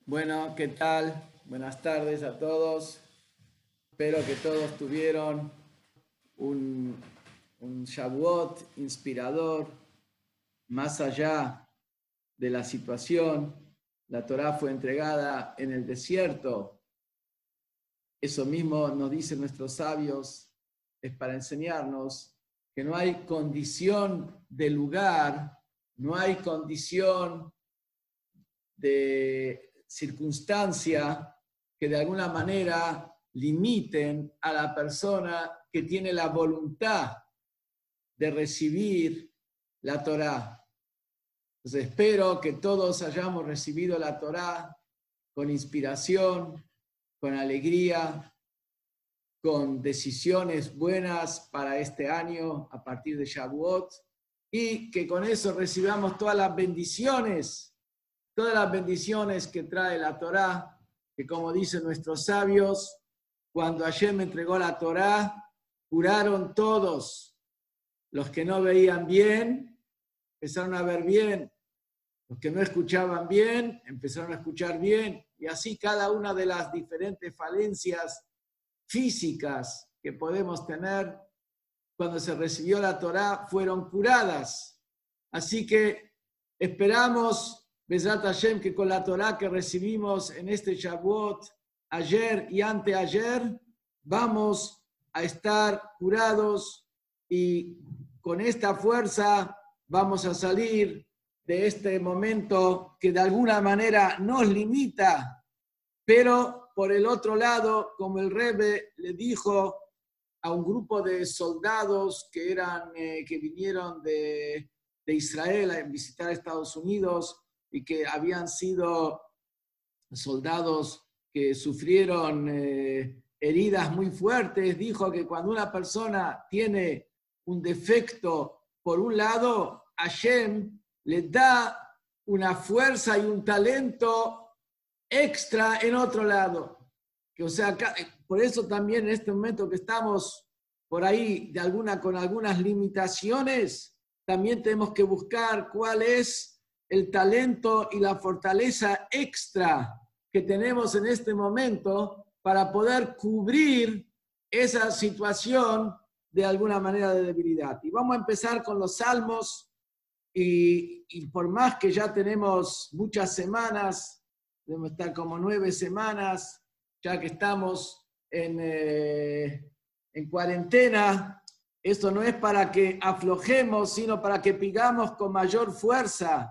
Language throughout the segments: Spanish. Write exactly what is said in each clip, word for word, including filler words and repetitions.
Bueno, ¿qué tal? Buenas tardes a todos. Espero que todos tuvieron un, un Shavuot inspirador, más allá de la situación. La Torá fue entregada en el desierto. Eso mismo nos dicen nuestros sabios, es para enseñarnos que no hay condición de lugar, no hay condición de circunstancia que de alguna manera limiten a la persona que tiene la voluntad de recibir la Torá. Entonces espero que todos hayamos recibido la Torá con inspiración, con alegría, con decisiones buenas para este año a partir de Shavuot y que con eso recibamos todas las bendiciones todas las bendiciones que trae la Torá, que como dicen nuestros sabios, cuando Hashem entregó la Torá, juraron todos. Los que no veían bien, empezaron a ver bien. Los que no escuchaban bien, empezaron a escuchar bien. Y así cada una de las diferentes falencias físicas que podemos tener cuando se recibió la Torá fueron curadas. Así que esperamos Bezrat Hashem, que con la Torá que recibimos en este Shavuot, ayer y anteayer, vamos a estar curados y con esta fuerza vamos a salir de este momento que de alguna manera nos limita, pero por el otro lado, como el Rebbe le dijo a un grupo de soldados que, eran, eh, que vinieron de, de Israel a visitar Estados Unidos, y que habían sido soldados que sufrieron eh, heridas muy fuertes, dijo que cuando una persona tiene un defecto por un lado, Hashem le da una fuerza y un talento extra en otro lado. Que, o sea, por eso también en este momento que estamos por ahí de alguna, con algunas limitaciones, también tenemos que buscar cuál es el talento y la fortaleza extra que tenemos en este momento para poder cubrir esa situación de alguna manera de debilidad. Y vamos a empezar con los salmos y, y por más que ya tenemos muchas semanas, debemos estar como nueve semanas, ya que estamos en, eh, en cuarentena, esto no es para que aflojemos, sino para que pidamos con mayor fuerza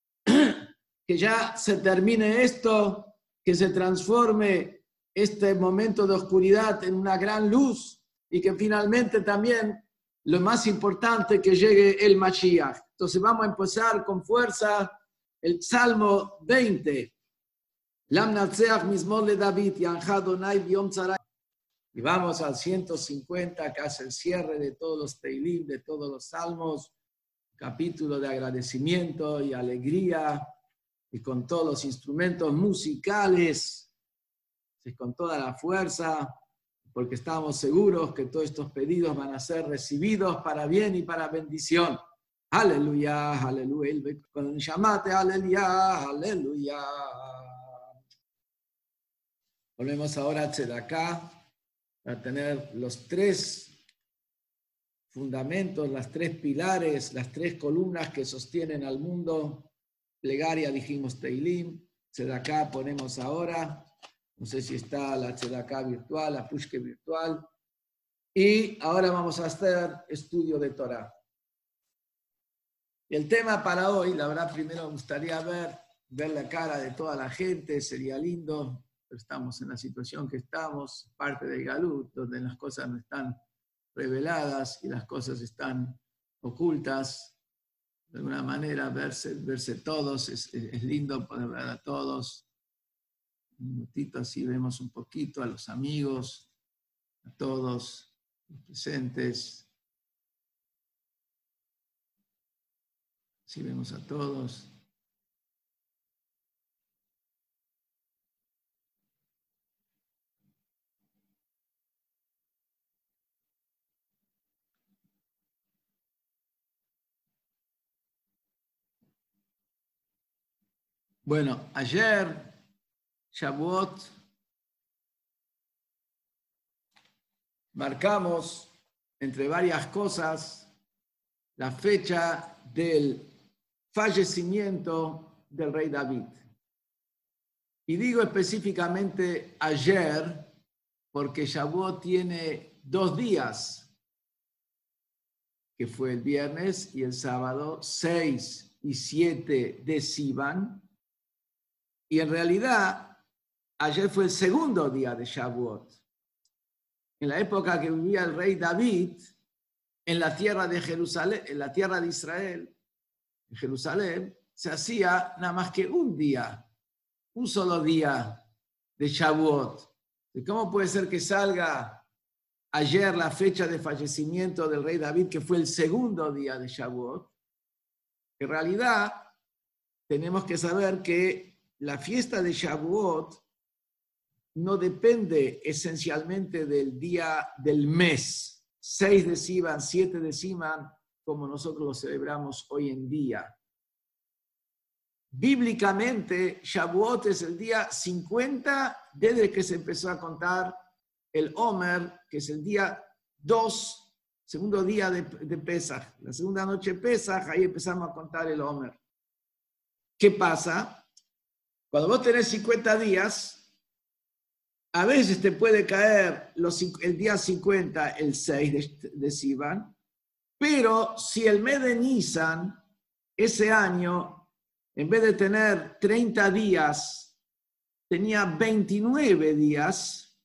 que ya se termine esto, que se transforme este momento de oscuridad en una gran luz y que finalmente también lo más importante que llegue el Mashiach. Entonces vamos a empezar con fuerza el Salmo veinte. Lam Natseach Mizmor le David, Yancha Adonai B'yom Tzarai. Y vamos al ciento cincuenta, que hace el cierre de todos los Teilim, de todos los salmos, capítulo de agradecimiento y alegría, y con todos los instrumentos musicales, y con toda la fuerza, porque estamos seguros que todos estos pedidos van a ser recibidos para bien y para bendición. Aleluya, aleluya, con el llamate, aleluya, aleluya. Volvemos ahora a Tzedaká, para tener los tres fundamentos, las tres pilares, las tres columnas que sostienen al mundo. Plegaria dijimos Teilim, Tzedaká ponemos ahora, no sé si está la Tzedaká virtual, la Pushke virtual, y ahora vamos a hacer estudio de Torah. Y el tema para hoy, la verdad primero me gustaría ver, ver la cara de toda la gente, sería lindo, pero estamos en la situación que estamos, parte del Galut, donde las cosas no están reveladas y las cosas están ocultas. De alguna manera, verse, verse todos, es, es lindo poder ver a todos. Un minutito así vemos un poquito a los amigos, a todos los presentes. Así vemos a todos. Bueno, ayer Shavuot, marcamos, entre varias cosas, la fecha del fallecimiento del rey David. Y digo específicamente ayer, porque Shavuot tiene dos días, que fue el viernes y el sábado, seis y siete de Sivan, y en realidad ayer fue el segundo día de Shavuot. En la época que vivía el rey David, en la tierra de Jerusalén, en la tierra de Israel, en Jerusalén, se hacía nada más que un día, un solo día de Shavuot. ¿Cómo puede ser que salga ayer la fecha de fallecimiento del rey David, que fue el segundo día de Shavuot? En realidad, tenemos que saber que la fiesta de Shavuot no depende esencialmente del día del mes, seis de Sivan, siete de Sivan, como nosotros lo celebramos hoy en día. Bíblicamente, Shavuot es el día cincuenta desde que se empezó a contar el Omer, que es el día dos, segundo día de, de Pesaj. La segunda noche de Pesaj, ahí empezamos a contar el Omer. ¿Qué pasa? Cuando vos tenés cincuenta días, a veces te puede caer los, el día cincuenta, el seis de, de Sivan, pero si el mes de Nisan, ese año, en vez de tener treinta días, tenía veintinueve días,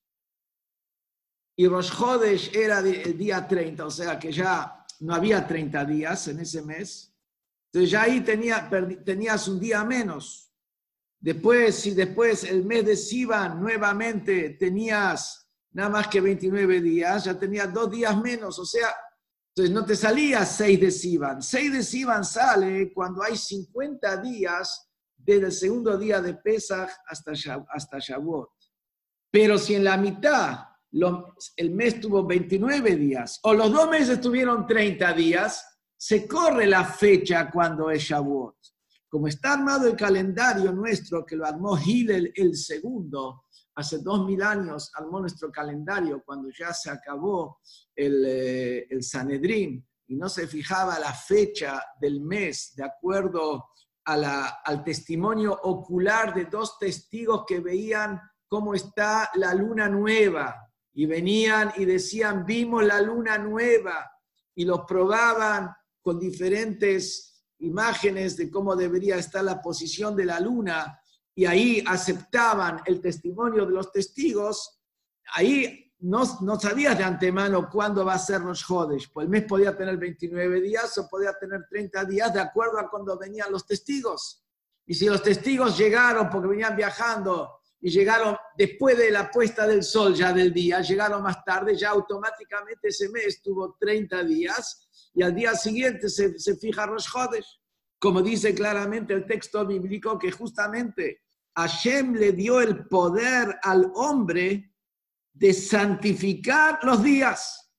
y Rosh Chodesh era el día treinta, o sea que ya no había treinta días en ese mes, entonces ya ahí tenía, tenías un día menos. Después, si después el mes de Sivan nuevamente tenías nada más que veintinueve días, ya tenías dos días menos, o sea, entonces no te salía seis de Sivan. seis de Sivan sale cuando hay cincuenta días desde el segundo día de Pesaj hasta, hasta Shavuot. Pero si en la mitad lo, el mes tuvo veintinueve días o los dos meses tuvieron treinta días, se corre la fecha cuando es Shavuot. Como está armado el calendario nuestro, que lo armó Hillel el segundo, hace dos mil años armó nuestro calendario cuando ya se acabó el, eh, el Sanedrín y no se fijaba la fecha del mes de acuerdo a la, al testimonio ocular de dos testigos que veían cómo está la luna nueva y venían y decían, vimos la luna nueva y los probaban con diferentes imágenes de cómo debería estar la posición de la luna, y ahí aceptaban el testimonio de los testigos. Ahí no, no sabías de antemano cuándo va a ser Rosh Chodesh, pues el mes podía tener veintinueve días o podía tener treinta días de acuerdo a cuando venían los testigos. Y si los testigos llegaron porque venían viajando y llegaron después de la puesta del sol ya del día, llegaron más tarde, ya automáticamente ese mes tuvo treinta días, y al día siguiente se, se fija Rosh Chodesh, como dice claramente el texto bíblico, que justamente Hashem le dio el poder al hombre de santificar los días.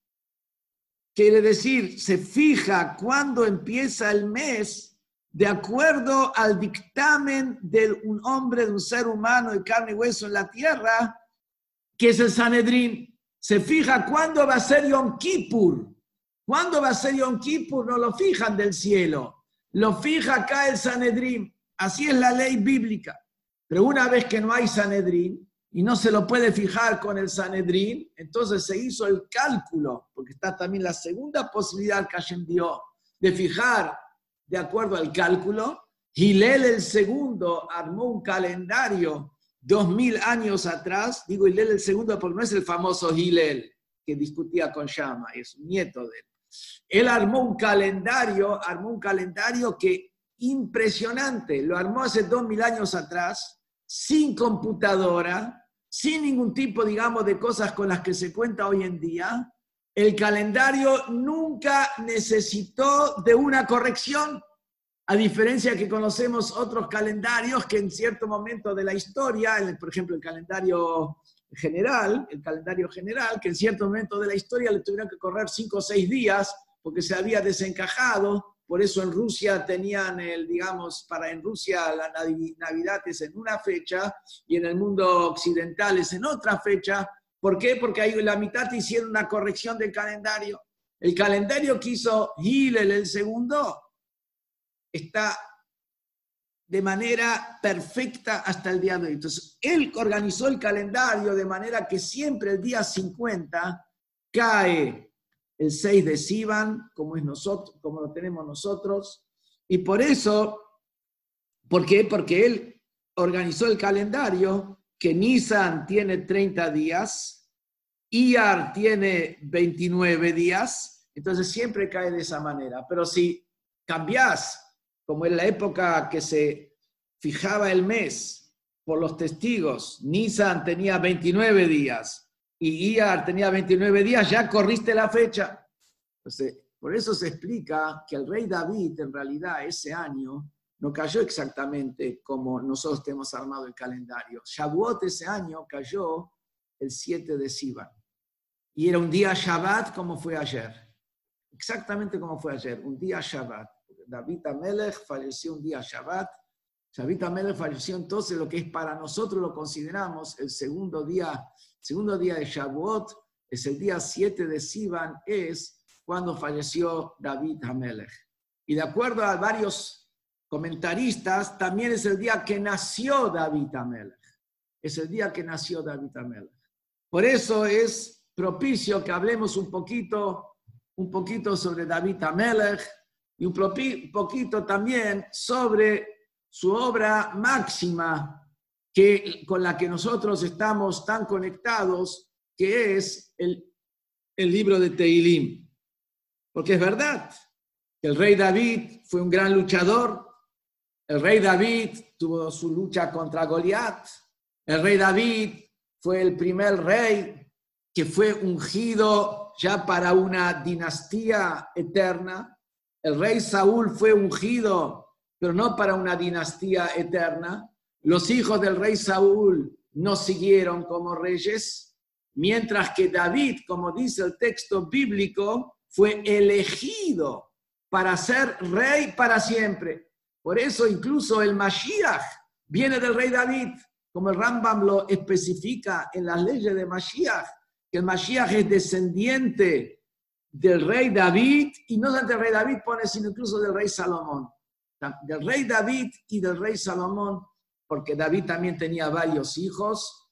Quiere decir, se fija cuándo empieza el mes de acuerdo al dictamen de un hombre, de un ser humano de carne y hueso en la tierra, que es el Sanedrín. Se fija cuándo va a ser Yom Kippur. ¿Cuándo va a ser Yom Kippur? No lo fijan del cielo, lo fija acá el Sanedrín. Así es la ley bíblica. Pero una vez que no hay Sanedrín y no se lo puede fijar con el Sanedrín, entonces se hizo el cálculo, porque está también la segunda posibilidad que Hashem dio de fijar de acuerdo al cálculo. Hillel el segundo armó un calendario dos mil años atrás. Digo Hillel el segundo porque no es el famoso Hillel que discutía con Shammai, es un nieto de él. Él armó un calendario, armó un calendario que impresionante, lo armó hace dos mil años atrás, sin computadora, sin ningún tipo, digamos, de cosas con las que se cuenta hoy en día. El calendario nunca necesitó de una corrección, a diferencia que conocemos otros calendarios que en cierto momento de la historia, por ejemplo el calendario general, el calendario general, que en cierto momento de la historia le tuvieron que correr cinco o seis días porque se había desencajado, por eso en Rusia tenían, el, digamos, para en Rusia la Navidad es en una fecha y en el mundo occidental es en otra fecha. ¿Por qué? Porque ahí la mitad hicieron una corrección del calendario. El calendario que hizo Hillel el segundo está de manera perfecta hasta el día de hoy. Entonces, él organizó el calendario de manera que siempre el día cincuenta cae el seis de Sivan, como, es nosotros, como lo tenemos nosotros, y por eso, ¿por qué? Porque él organizó el calendario, que Nisan tiene treinta días, Iyar tiene veintinueve días, entonces siempre cae de esa manera. Pero si cambiás, como en la época que se fijaba el mes por los testigos, Nisan tenía veintinueve días y Iyar tenía veintinueve días, ya corriste la fecha. Entonces, por eso se explica que el rey David, en realidad, ese año, no cayó exactamente como nosotros tenemos armado el calendario. Shavuot ese año cayó el siete de Sivan. Y era un día Shabbat como fue ayer. Exactamente como fue ayer, un día Shabbat. David Amelech falleció un día Shabbat. David Amelech falleció entonces lo que es para nosotros lo consideramos el segundo día, segundo día de Shavuot, es el día siete de Sivan, es cuando falleció David Amelech. Y de acuerdo a varios comentaristas, también es el día que nació David Amelech. Es el día que nació David Amelech. Por eso es propicio que hablemos un poquito, un poquito sobre David Amelech, y un poquito también sobre su obra máxima que, con la que nosotros estamos tan conectados, que es el, el libro de Tehilim. Porque es verdad que el rey David fue un gran luchador, el rey David tuvo su lucha contra Goliat, el rey David fue el primer rey que fue ungido ya para una dinastía eterna. El rey Saúl fue ungido, pero no para una dinastía eterna. Los hijos del rey Saúl no siguieron como reyes, mientras que David, como dice el texto bíblico, fue elegido para ser rey para siempre. Por eso incluso el Mashiach viene del rey David, como el Rambam lo especifica en las leyes de Mashiach, que el Mashiach es descendiente del rey David, y no solamente del rey David pone, sino incluso del rey Salomón. Del rey David y del rey Salomón, porque David también tenía varios hijos.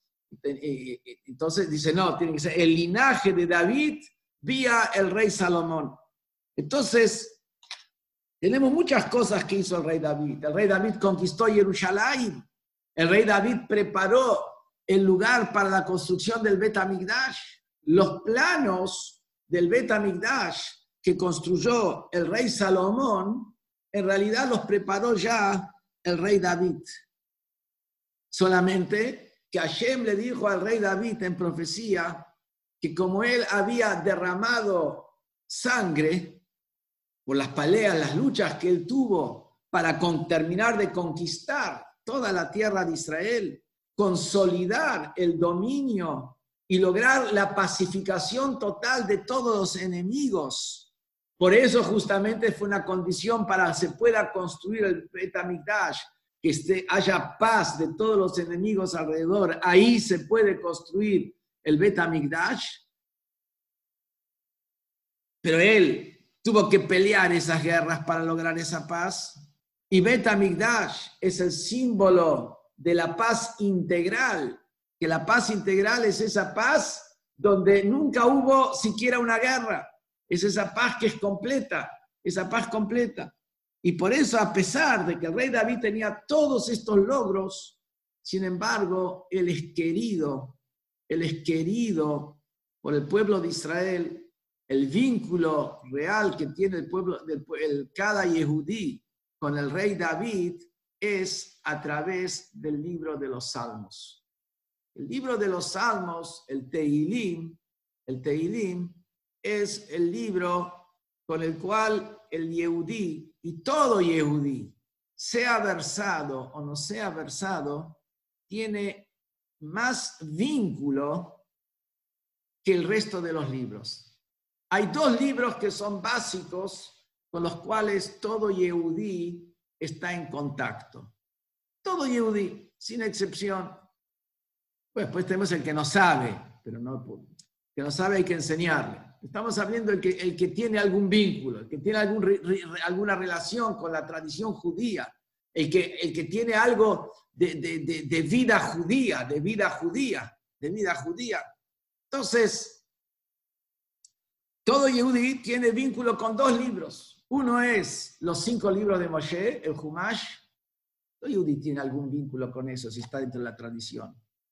Entonces dice, no, tiene que ser el linaje de David vía el rey Salomón. Entonces, tenemos muchas cosas que hizo el rey David. El rey David conquistó Jerusalén. El rey David preparó el lugar para la construcción del Bet HaMikdash. Los planos del Bet HaMikdash que construyó el rey Salomón, en realidad los preparó ya el rey David. Solamente que Hashem le dijo al rey David en profecía que como él había derramado sangre por las peleas, las luchas que él tuvo para con, terminar de conquistar toda la tierra de Israel, consolidar el dominio y lograr la pacificación total de todos los enemigos. Por eso justamente fue una condición para que se pueda construir el Bet HaMikdash, que esté, haya paz de todos los enemigos alrededor. Ahí se puede construir el Bet HaMikdash. Pero él tuvo que pelear esas guerras para lograr esa paz. Y Bet HaMikdash es el símbolo de la paz integral, que la paz integral es esa paz donde nunca hubo siquiera una guerra. Es esa paz que es completa, esa paz completa. Y por eso, a pesar de que el rey David tenía todos estos logros, sin embargo, él es querido, él es querido por el pueblo de Israel. El vínculo real que tiene el pueblo, el, el, cada yehudí con el rey David es a través del libro de los Salmos. El libro de los Salmos, el Tehilim, el Tehilim es el libro con el cual el yehudí, y todo yehudí, sea versado o no sea versado, tiene más vínculo que el resto de los libros. Hay dos libros que son básicos con los cuales todo Yehudí está en contacto. Todo Yehudí, sin excepción. Pues después tenemos el que no sabe, pero no, que no sabe hay que enseñarle. Estamos hablando del que, el que tiene algún vínculo, el que tiene algún, re, alguna relación con la tradición judía, el que, el que tiene algo de, de, de, de vida judía, de vida judía, de vida judía. Entonces, todo Yehudí tiene vínculo con dos libros. Uno es los cinco libros de Moshe, el Humash. Todo Yehudí tiene algún vínculo con eso, si está dentro de la tradición.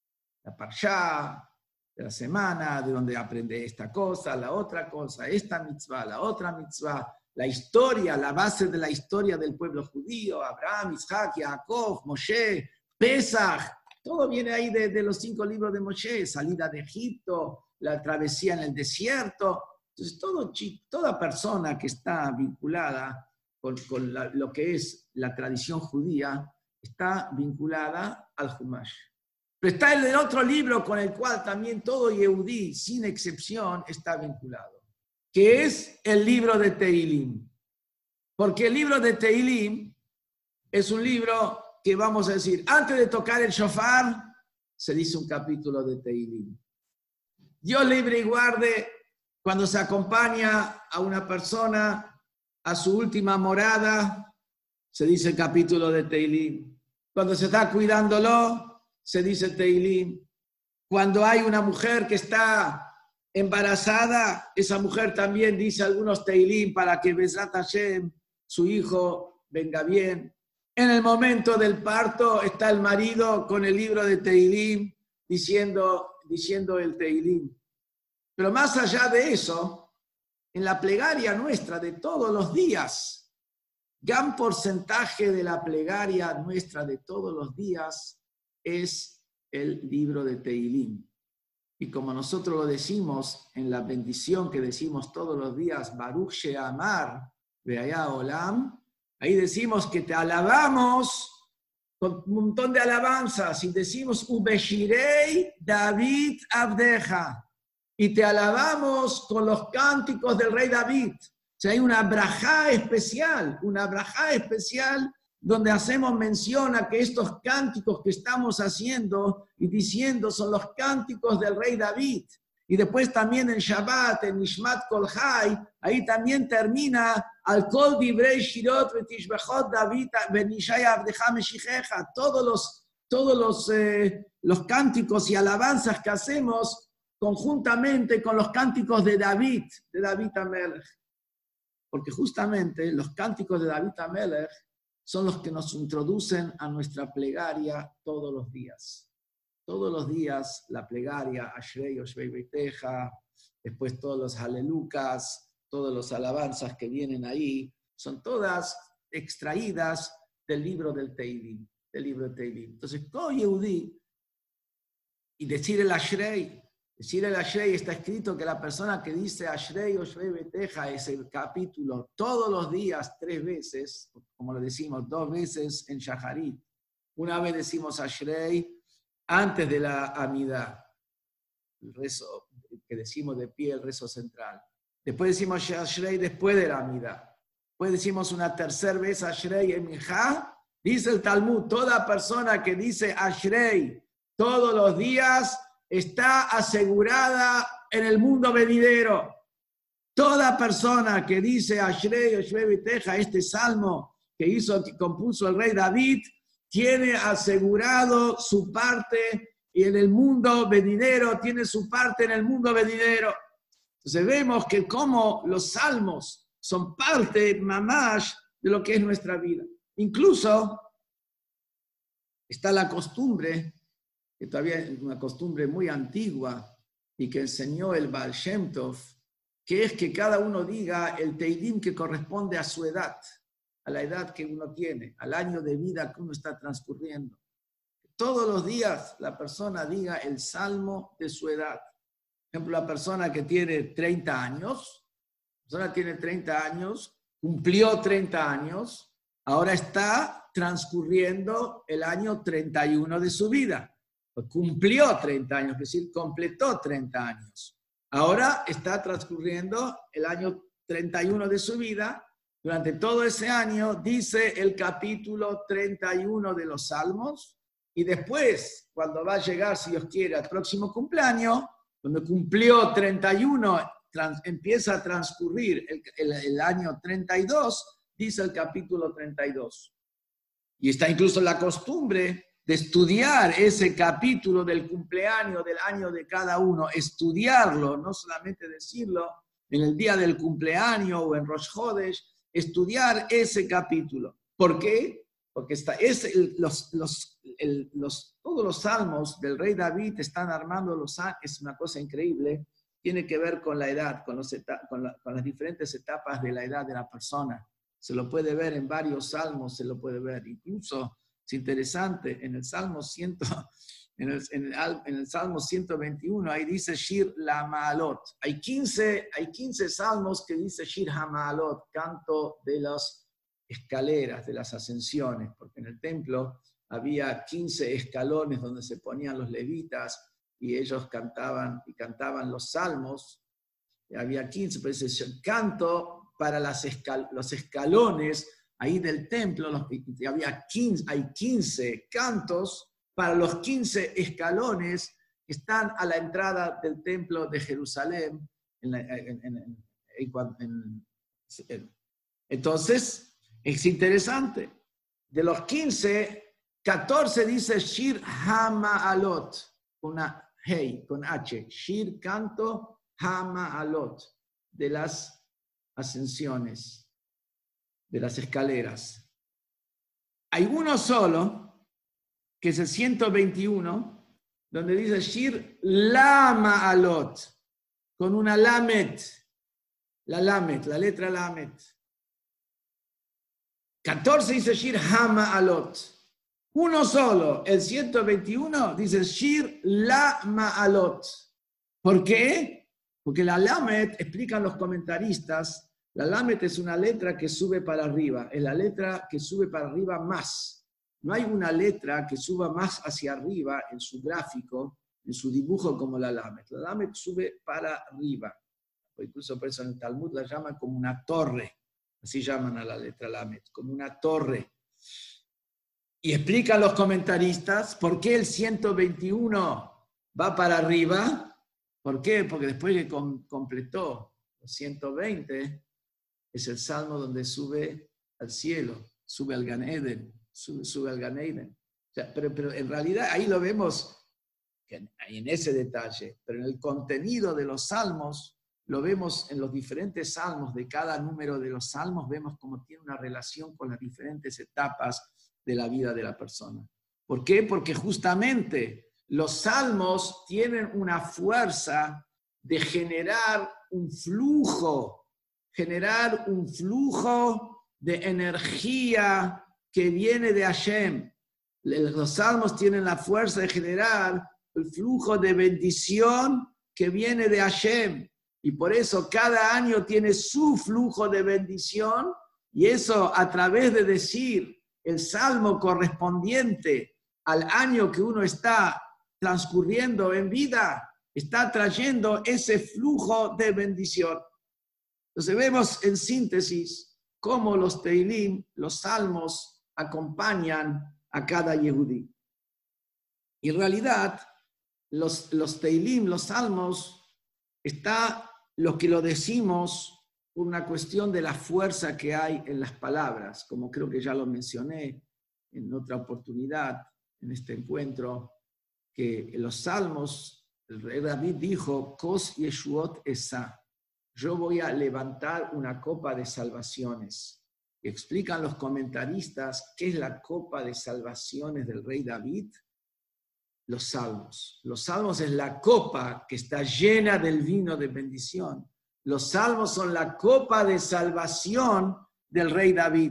La Parshá, de la semana, de donde aprende esta cosa, la otra cosa, esta mitzvah, la otra mitzvah, la historia, la base de la historia del pueblo judío, Abraham, Isaac, Jacob, Moshe, Pesach, todo viene ahí de, de los cinco libros de Moshe, salida de Egipto, la travesía en el desierto. Entonces, todo, toda persona que está vinculada con, con la, lo que es la tradición judía, está vinculada al Humash. Pero está el otro libro con el cual también todo Yehudí, sin excepción, está vinculado, que es el libro de Tehilim. Porque el libro de Tehilim es un libro que, vamos a decir, antes de tocar el shofar, se dice un capítulo de Tehilim. Dios libre y guarde cuando se acompaña a una persona a su última morada, se dice el capítulo de Tehilim. Cuando se está cuidándolo, se dice Tehilim. Cuando hay una mujer que está embarazada, esa mujer también dice algunos Tehilim para que Bezrat Hashem, su hijo, venga bien. En el momento del parto está el marido con el libro de Tehilim diciendo, diciendo el Tehilim. Pero más allá de eso, en la plegaria nuestra de todos los días, gran porcentaje de la plegaria nuestra de todos los días es el libro de Tehilim. Y como nosotros lo decimos en la bendición que decimos todos los días, Baruch She'amar Ve'aya Olam, ahí decimos que te alabamos con un montón de alabanzas y decimos Ubeshirei David Abdeja, y te alabamos con los cánticos del rey David. O sea, hay una brajá especial, una brajá especial donde hacemos mención a que estos cánticos que estamos haciendo y diciendo son los cánticos del rey David. Y después también en Shabbat, en Nishmat Kol Chai, ahí también termina al Kol Divrei Shirot V'Tishbechot David Benishai Abdeja Meshicheja. Todos los, todos los, eh, los cánticos y alabanzas que hacemos conjuntamente con los cánticos de David, de David Amelech. Porque justamente los cánticos de David Amelech son los que nos introducen a nuestra plegaria todos los días. Todos los días la plegaria, Ashrei Yoshvei Beiteja, después todos los alelucas, todos los alabanzas que vienen ahí, son todas extraídas del libro del Tehilim, del libro de Tehilim. Entonces, todo Yehudí, y decir el Ashrei, decir el Ashrei, está escrito que la persona que dice Ashrei Yoshvei Beiteja es el capítulo todos los días, tres veces, como lo decimos, dos veces en Shaharit. Una vez decimos Ashrei antes de la Amidá, el rezo que decimos de pie, el rezo central. Después decimos Ashrei después de la Amidá. Después decimos una tercera vez Ashrei en Minjá. Dice el Talmud, toda persona que dice Ashrei todos los días está asegurada en el mundo venidero. Toda persona que dice Ashrei Yoshvei Beiteja, este salmo que hizo, que compuso el rey David, tiene asegurado su parte y en el mundo venidero, tiene su parte en el mundo venidero. Entonces vemos que como los salmos son parte, mamash, de lo que es nuestra vida. Incluso está la costumbre, que todavía es una costumbre muy antigua y que enseñó el Baal Shem Tov, que es que cada uno diga el Tehilim que corresponde a su edad, a la edad que uno tiene, al año de vida que uno está transcurriendo. Todos los días la persona diga el salmo de su edad. Por ejemplo, la persona que tiene treinta años, la persona tiene treinta años, cumplió treinta años, ahora está transcurriendo el año treinta y uno de su vida. Cumplió treinta años, es decir, completó treinta años. Ahora está transcurriendo el año treinta y uno de su vida, durante todo ese año, dice el capítulo treinta y uno de los Salmos, y después, cuando va a llegar, si Dios quiere, al próximo cumpleaños, cuando cumplió treinta y uno, trans, empieza a transcurrir el, el, el año treinta y dos, dice el capítulo treinta y dos. Y está incluso la costumbre de estudiar ese capítulo del cumpleaños del año de cada uno, estudiarlo, no solamente decirlo en el día del cumpleaños o en Rosh Hodesh, estudiar ese capítulo. ¿Por qué? Porque está, es el, los, los, el, los, todos los salmos del rey David están armando los salmos, es una cosa increíble, tiene que ver con la edad, con, los etap, con, la, con las diferentes etapas de la edad de la persona. Se lo puede ver en varios salmos, se lo puede ver. Incluso, es interesante, en el Salmo cien, en el, en el, en el Salmo ciento veintiuno, ahí dice Shir la Maalot. Hay quince, hay quince salmos que dice Shir ha-Maalot, canto de las escaleras, de las ascensiones, porque en el templo había quince escalones donde se ponían los levitas y ellos cantaban y cantaban los salmos. Y había quince, pero dice canto para las escal los escalones ahí del templo, los, había quince, hay quince cantos para los quince escalones que están a la entrada del templo de Jerusalén. En la, en, en, en, en, entonces, es interesante. De los quince, catorce dice Shir ha-Maalot, con una hey, con H. Shir, canto, ha-Maalot, de las ascensiones, de las escaleras. Hay uno solo, que es el ciento veintiuno, donde dice Shir la Maalot, con una lamet, la lamet, la letra lamet. catorce dice Shir ha-Maalot. Uno solo, el ciento veintiuno, dice Shir la Maalot. ¿Por qué? Porque la lamet, explican los comentaristas, la lamet es una letra que sube para arriba, es la letra que sube para arriba más. No hay una letra que suba más hacia arriba en su gráfico, en su dibujo como la lamet. La lamet sube para arriba. O incluso por eso en el Talmud la llaman como una torre. Así llaman a la letra lamet, como una torre. Y explican los comentaristas por qué el ciento veintiuno va para arriba. ¿Por qué? Porque después que completó los ciento veinte, es el salmo donde sube al cielo, sube al Gan Eden, sube, sube al Gan Eden. O sea, pero, pero en realidad ahí lo vemos en, en ese detalle, pero en el contenido de los salmos, lo vemos en los diferentes salmos, de cada número de los salmos, vemos cómo tiene una relación con las diferentes etapas de la vida de la persona. ¿Por qué? Porque justamente los salmos tienen una fuerza de generar un flujo, generar un flujo de energía que viene de Hashem. Los salmos tienen la fuerza de generar el flujo de bendición que viene de Hashem. Y por eso cada año tiene su flujo de bendición, y eso a través de decir el salmo correspondiente al año que uno está transcurriendo en vida, está trayendo ese flujo de bendición. Entonces vemos en síntesis cómo los Teilim, los salmos, acompañan a cada Yehudí. Y en realidad, los, los Teilim, los salmos, está lo que lo decimos por una cuestión de la fuerza que hay en las palabras, como creo que ya lo mencioné en otra oportunidad, en este encuentro, que los salmos, el rey David dijo, Kos Yeshuot Esa, yo voy a levantar una copa de salvaciones. Y explican los comentaristas qué es la copa de salvaciones del rey David. Los salmos. Los salmos es la copa que está llena del vino de bendición. Los salmos son la copa de salvación del rey David.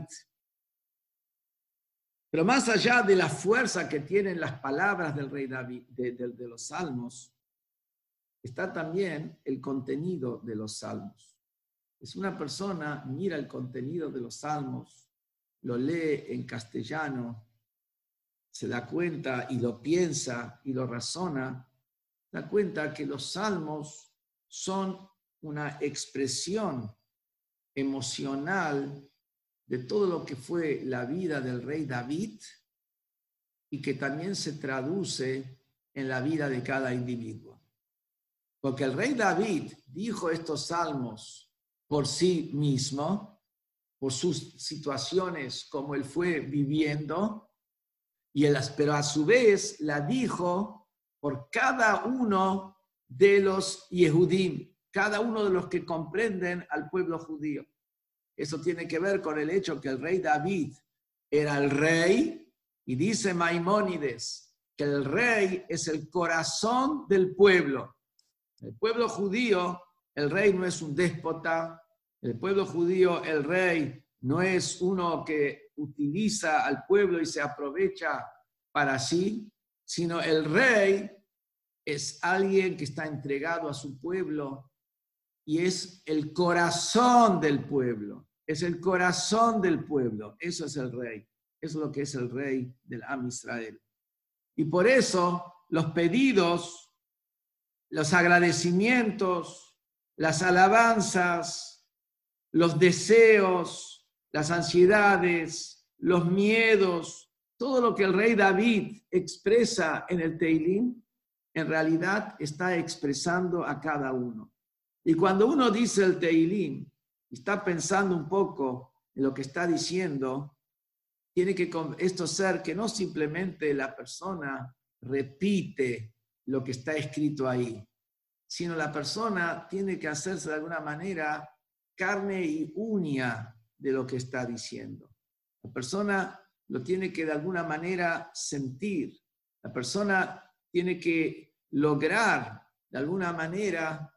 Pero más allá de la fuerza que tienen las palabras del rey David, de, de, de los salmos, está también el contenido de los salmos. Es una persona, mira el contenido de los salmos, lo lee en castellano, se da cuenta y lo piensa y lo razona, da cuenta que los salmos son una expresión emocional de todo lo que fue la vida del rey David y que también se traduce en la vida de cada individuo. Porque el rey David dijo estos salmos por sí mismo, por sus situaciones como él fue viviendo, y él, pero a su vez la dijo por cada uno de los Yehudim, cada uno de los que comprenden al pueblo judío. Eso tiene que ver con el hecho que el rey David era el rey, y dice Maimónides que el rey es el corazón del pueblo. El pueblo judío, el rey no es un déspota. El pueblo judío, el rey no es uno que utiliza al pueblo y se aprovecha para sí, sino el rey es alguien que está entregado a su pueblo y es el corazón del pueblo. Es el corazón del pueblo. Eso es el rey. Eso es lo que es el rey del Am Israel. Y por eso los pedidos, los agradecimientos, las alabanzas, los deseos, las ansiedades, los miedos, todo lo que el rey David expresa en el Teilín, en realidad está expresando a cada uno. Y cuando uno dice el Teilín, está pensando un poco en lo que está diciendo, tiene que esto ser que no simplemente la persona repite lo que está escrito ahí, sino la persona tiene que hacerse de alguna manera carne y uña de lo que está diciendo. La persona lo tiene que de alguna manera sentir. La persona tiene que lograr de alguna manera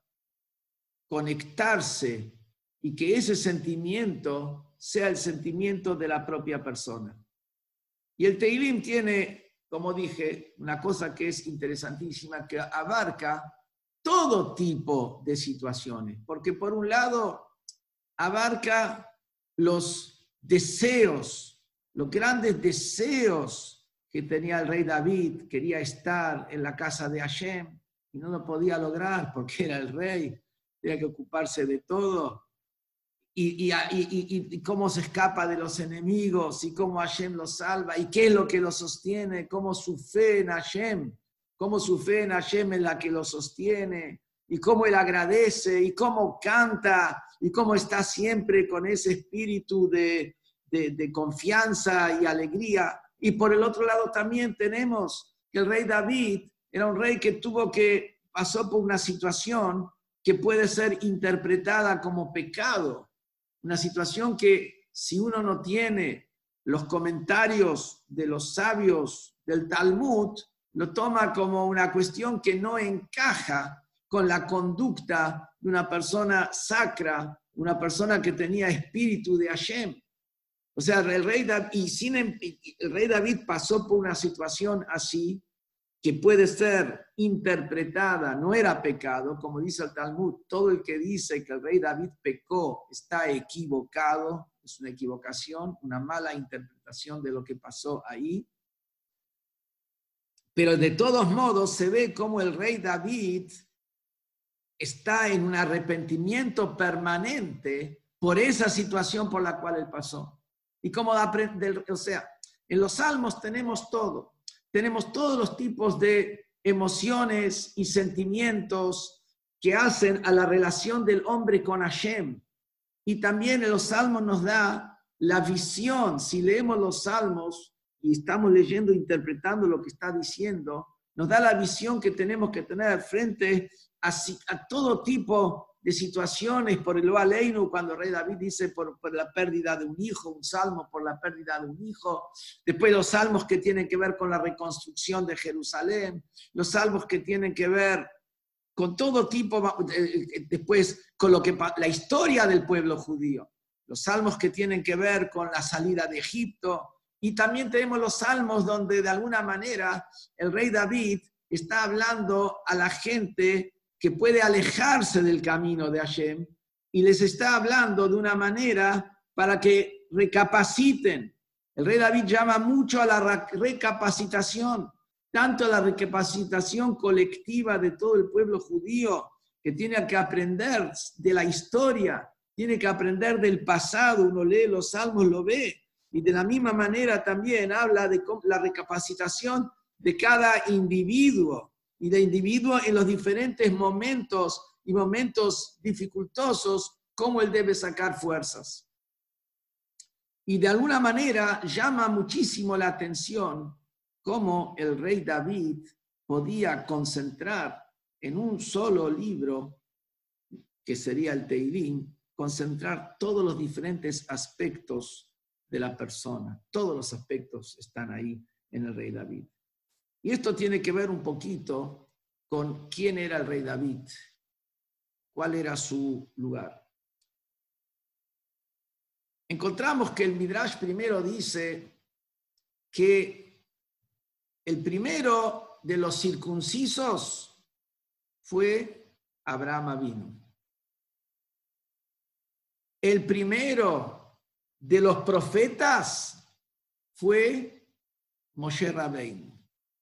conectarse y que ese sentimiento sea el sentimiento de la propia persona. Y el Teilim tiene, como dije, una cosa que es interesantísima, que abarca todo tipo de situaciones, porque por un lado abarca los deseos, los grandes deseos que tenía el rey David. Quería estar en la casa de Hashem y no lo podía lograr porque era el rey, tenía que ocuparse de todo. Y, y, y, y cómo se escapa de los enemigos y cómo Hashem lo salva y qué es lo que lo sostiene, cómo su fe en Hashem, cómo su fe en Hashem es la que lo sostiene y cómo él agradece y cómo canta y cómo está siempre con ese espíritu de, de, de confianza y alegría. Y por el otro lado también tenemos que el rey David era un rey que tuvo que, pasó por una situación que puede ser interpretada como pecado. Una situación que si uno no tiene los comentarios de los sabios del Talmud, lo toma como una cuestión que no encaja con la conducta de una persona sacra, una persona que tenía espíritu de Hashem. O sea, el rey David, y sin, el rey David pasó por una situación así, que puede ser interpretada, no era pecado, como dice el Talmud, todo el que dice que el rey David pecó está equivocado, es una equivocación, una mala interpretación de lo que pasó ahí. Pero de todos modos se ve como el rey David está en un arrepentimiento permanente por esa situación por la cual él pasó. Y como aprender, o sea, en los salmos tenemos todo. Tenemos todos los tipos de emociones y sentimientos que hacen a la relación del hombre con Hashem. Y también en los salmos nos da la visión. Si leemos los salmos y estamos leyendo e interpretando lo que está diciendo, nos da la visión que tenemos que tener frente a, a todo tipo de situaciones, por el Aleinu, cuando el rey David dice por, por la pérdida de un hijo, un salmo por la pérdida de un hijo, después los salmos que tienen que ver con la reconstrucción de Jerusalén, los salmos que tienen que ver con todo tipo, después con lo que, la historia del pueblo judío, los salmos que tienen que ver con la salida de Egipto, y también tenemos los salmos donde de alguna manera el rey David está hablando a la gente que puede alejarse del camino de Hashem y les está hablando de una manera para que recapaciten. El rey David llama mucho a la recapacitación, tanto a la recapacitación colectiva de todo el pueblo judío, que tiene que aprender de la historia, tiene que aprender del pasado, uno lee los salmos, lo ve, y de la misma manera también habla de la recapacitación de cada individuo, y de individuo en los diferentes momentos y momentos dificultosos, cómo él debe sacar fuerzas. Y de alguna manera llama muchísimo la atención cómo el rey David podía concentrar en un solo libro, que sería el Teilim, concentrar todos los diferentes aspectos de la persona. Todos los aspectos están ahí en el rey David. Y esto tiene que ver un poquito con quién era el rey David, cuál era su lugar. Encontramos que el Midrash primero dice que el primero de los circuncisos fue Abraham Avinu. El primero de los profetas fue Moshe Rabbeinu.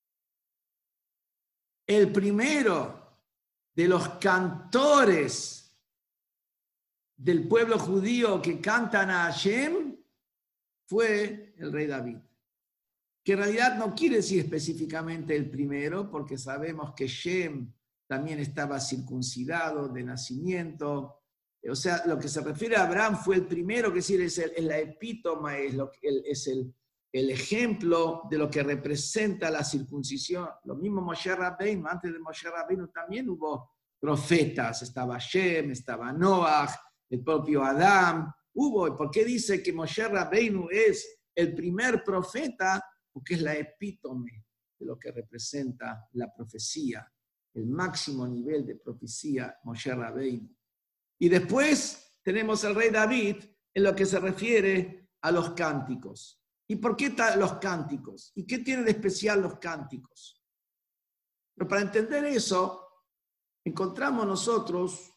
El primero de los cantores del pueblo judío que cantan a Hashem fue el rey David. Que en realidad no quiere decir específicamente el primero, porque sabemos que Shem también estaba circuncidado de nacimiento. O sea, lo que se refiere a Abraham fue el primero, que es decir, es, el, es la epítoma, es, lo, el, es el, el ejemplo de lo que representa la circuncisión. Lo mismo Moshe Rabbeinu, antes de Moshe Rabbeinu también hubo profetas, estaba Shem, estaba Noach, el propio Adán, hubo. ¿Por qué dice que Moshe Rabbeinu es el primer profeta? Porque es la epítome de lo que representa la profecía, el máximo nivel de profecía, Moshe Rabbeinu. Y después tenemos al rey David en lo que se refiere a los cánticos. ¿Y por qué los cánticos? ¿Y qué tienen de especial los cánticos? Pero para entender eso, encontramos nosotros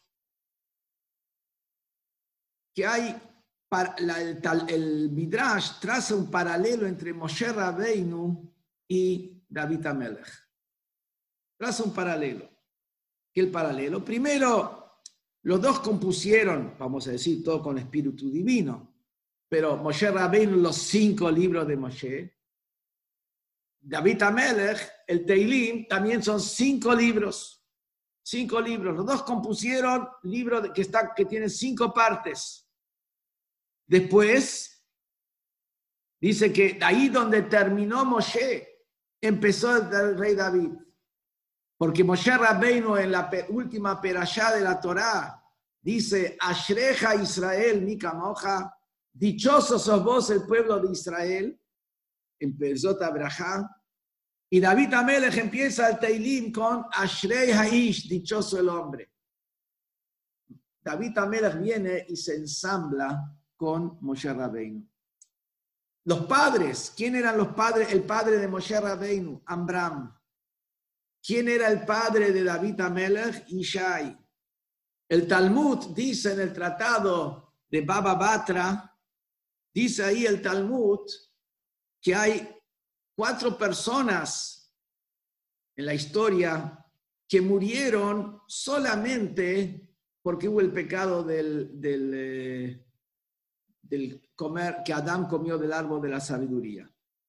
que hay, la, el, el Midrash traza un paralelo entre Moshe Rabbeinu y David Amelech. Traza un paralelo. ¿Qué es el paralelo? Primero, los dos compusieron, vamos a decir, todo con espíritu divino, pero Moshe Rabbeinu, los cinco libros de Moshe, David Amelech, el Teilim, también son cinco libros, cinco libros. Los dos compusieron libros que, está, que tienen cinco partes. Después, dice que ahí donde terminó Moshe, empezó el rey David. Porque Moshe Rabbeinu en la última perashá de la Torá dice, Ashreja Israel mi kamoja, dichosos sos vos el pueblo de Israel, en Perzot Abraham. Y David Amelech empieza el Teilim con Ashrei Haish, dichoso el hombre. David Amelech viene y se ensambla con Moshe Rabbeinu. Los padres, ¿quién eran los padres? El padre de Moshe Rabbeinu, Amram. ¿Quién era el padre de David Amelech? Ishai. El Talmud dice en el tratado de Baba Batra, dice ahí el Talmud que hay cuatro personas en la historia que murieron solamente porque hubo el pecado del, del, eh, del comer, que Adán comió del árbol de la sabiduría.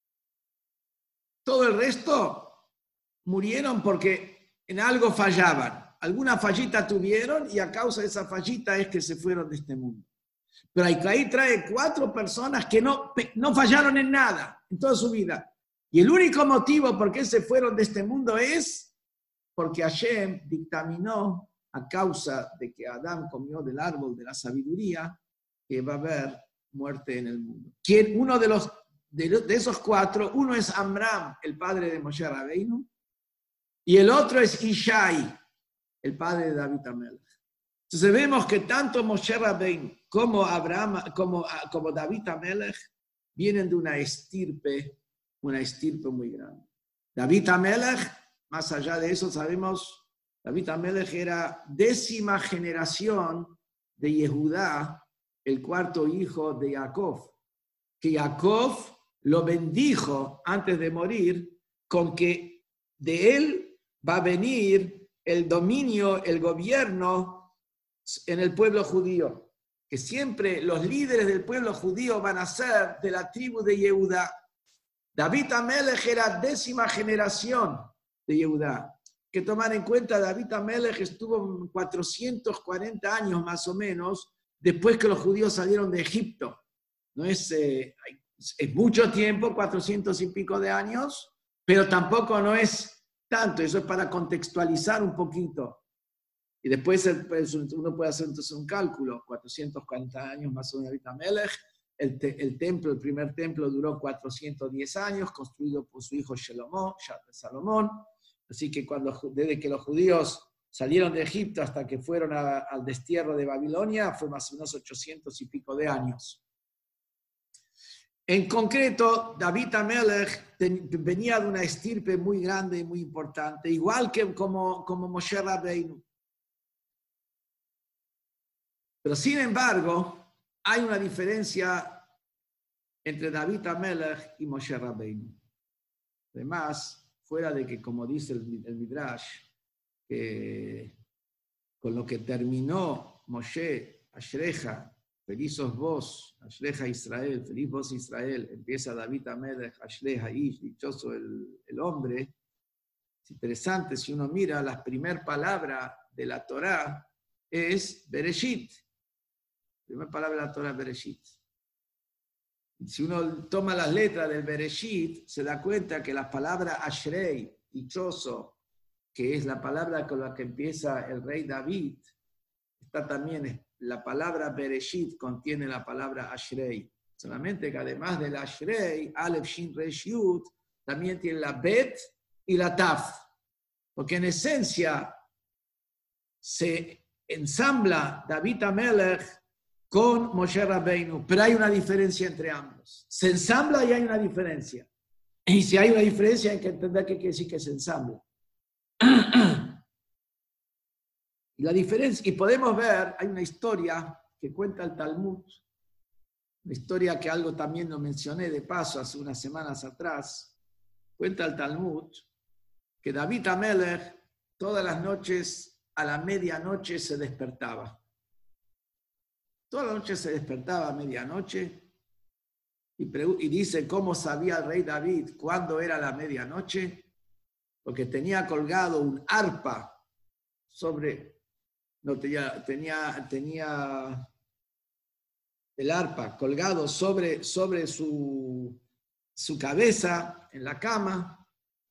Todo el resto murieron porque en algo fallaban. Alguna fallita tuvieron y a causa de esa fallita es que se fueron de este mundo. Pero ahí trae cuatro personas que no, no fallaron en nada, en toda su vida. Y el único motivo por qué se fueron de este mundo es porque Hashem dictaminó, a causa de que Adán comió del árbol de la sabiduría, que va a haber muerte en el mundo. ¿Quién? Uno de, los, de, de esos cuatro, uno es Amram, el padre de Moshe Rabbeinu, y el otro es Ishai, el padre de David Amelech. Entonces vemos que tanto Moshe Rabbeinu como Abraham, como, como David Amelech vienen de una estirpe, una estirpe muy grande. David Amelech, más allá de eso sabemos, David Amelech era décima generación de Yehudá, el cuarto hijo de Jacob, que Jacob lo bendijo antes de morir con que de él va a venir el dominio, el gobierno en el pueblo judío. que siempre los líderes del pueblo judío van a ser de la tribu de Yehudá. David Amelech era décima generación de Yehudá. Que tomar en cuenta, David Amelech estuvo cuatrocientos cuarenta años más o menos después que los judíos salieron de Egipto. No es, eh, es mucho tiempo, cuatrocientos y pico de años, pero tampoco no es tanto. Eso es para contextualizar un poquito. Y después uno puede hacer entonces un cálculo, cuatrocientos cuarenta años más o menos de David Amelech. El, te, el templo, el primer templo duró cuatrocientos diez años, construido por su hijo Shalomón, Salomón. Así que cuando, desde que los judíos salieron de Egipto hasta que fueron a, al destierro de Babilonia, fue más o menos ochocientos y pico de años. En concreto, David Amelech ten, venía de una estirpe muy grande y muy importante, igual que como, como Moshe Rabbeinu. Pero sin embargo, hay una diferencia entre David Amelech y Moshe Rabbeinu. Además, fuera de que, como dice el, el Midrash, que con lo que terminó Moshe, Ashreja, feliz sos vos, Ashreja Israel, feliz vos Israel, empieza David Amelech, Ashreja Ish, dichoso el, el hombre. Es interesante, si uno mira, la primera palabra de la Torá es Bereshit. La primera palabra de la Torá es Bereshit. Si uno toma las letras del Bereshit, se da cuenta que la palabra Ashrei, dichoso, que es la palabra con la que empieza el rey David, está también, la palabra Bereshit contiene la palabra Ashrei. Solamente que además del Ashrei, Aleph, Shin, Resh, Yud, también tiene la Bet y la Taf. Porque en esencia se ensambla David Amelech con Moshe Rabbeinu, pero hay una diferencia entre ambos. Se ensambla y hay una diferencia. Y si hay una diferencia, hay que entender qué quiere decir que se ensambla. Y la diferencia, y podemos ver, hay una historia que cuenta el Talmud, una historia que algo también lo mencioné de paso hace unas semanas atrás. Cuenta el Talmud que David Amelech todas las noches a la medianoche se despertaba. Toda la noche se despertaba a medianoche y, y dice cómo sabía el rey David cuándo era la medianoche, porque tenía colgado un arpa sobre, no tenía, tenía, tenía el arpa colgado sobre, sobre su, su cabeza en la cama,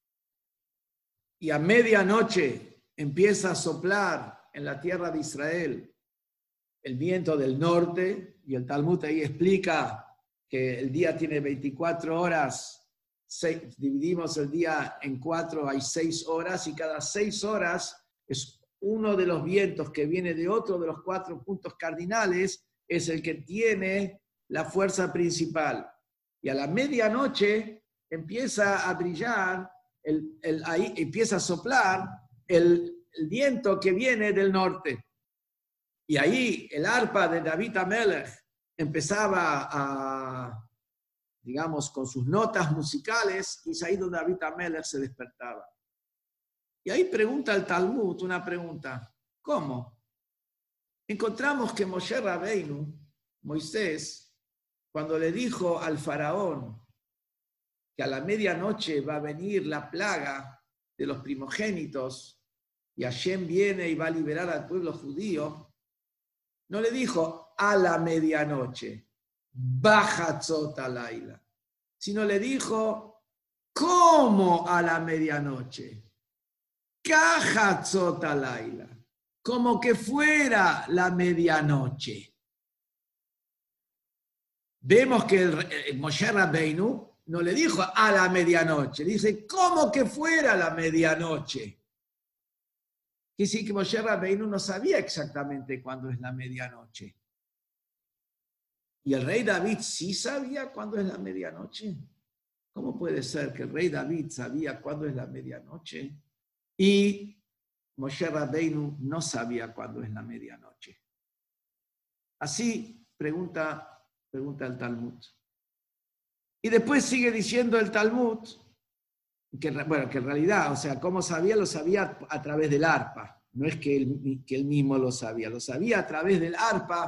y a medianoche empieza a soplar en la tierra de Israel el viento del norte, y el Talmud ahí explica que el día tiene veinticuatro horas, seis, dividimos el día en cuatro, hay seis horas, y cada seis horas es uno de los vientos que viene de otro de los cuatro puntos cardinales, es el que tiene la fuerza principal. Y a la medianoche empieza a brillar, el, el, ahí empieza a soplar el, el viento que viene del norte. Y ahí el arpa de David Amelech empezaba a, digamos, con sus notas musicales, y es ahí donde David Amelech se despertaba. Y ahí pregunta el Talmud una pregunta. ¿Cómo? Encontramos que Moshe Rabbeinu, Moisés, cuando le dijo al faraón que a la medianoche va a venir la plaga de los primogénitos y Hashem viene y va a liberar al pueblo judío, no le dijo a la medianoche, Bajatzot alayla, sino le dijo, ¿cómo a la medianoche? Kajatzot alayla, como que fuera la medianoche. Vemos que el, el Moshe Rabbeinu no le dijo a la medianoche, le dice, ¿cómo que fuera la medianoche? Quiere decir que Moshe Rabbeinu no sabía exactamente cuándo es la medianoche. ¿Y el rey David sí sabía cuándo es la medianoche? ¿Cómo puede ser que el rey David sabía cuándo es la medianoche y Moshe Rabbeinu no sabía cuándo es la medianoche? Así pregunta, pregunta el Talmud. Y después sigue diciendo el Talmud, que, bueno, que en realidad, o sea, ¿cómo sabía? Lo sabía a través del arpa. No es que él, que él mismo lo sabía, lo sabía a través del arpa,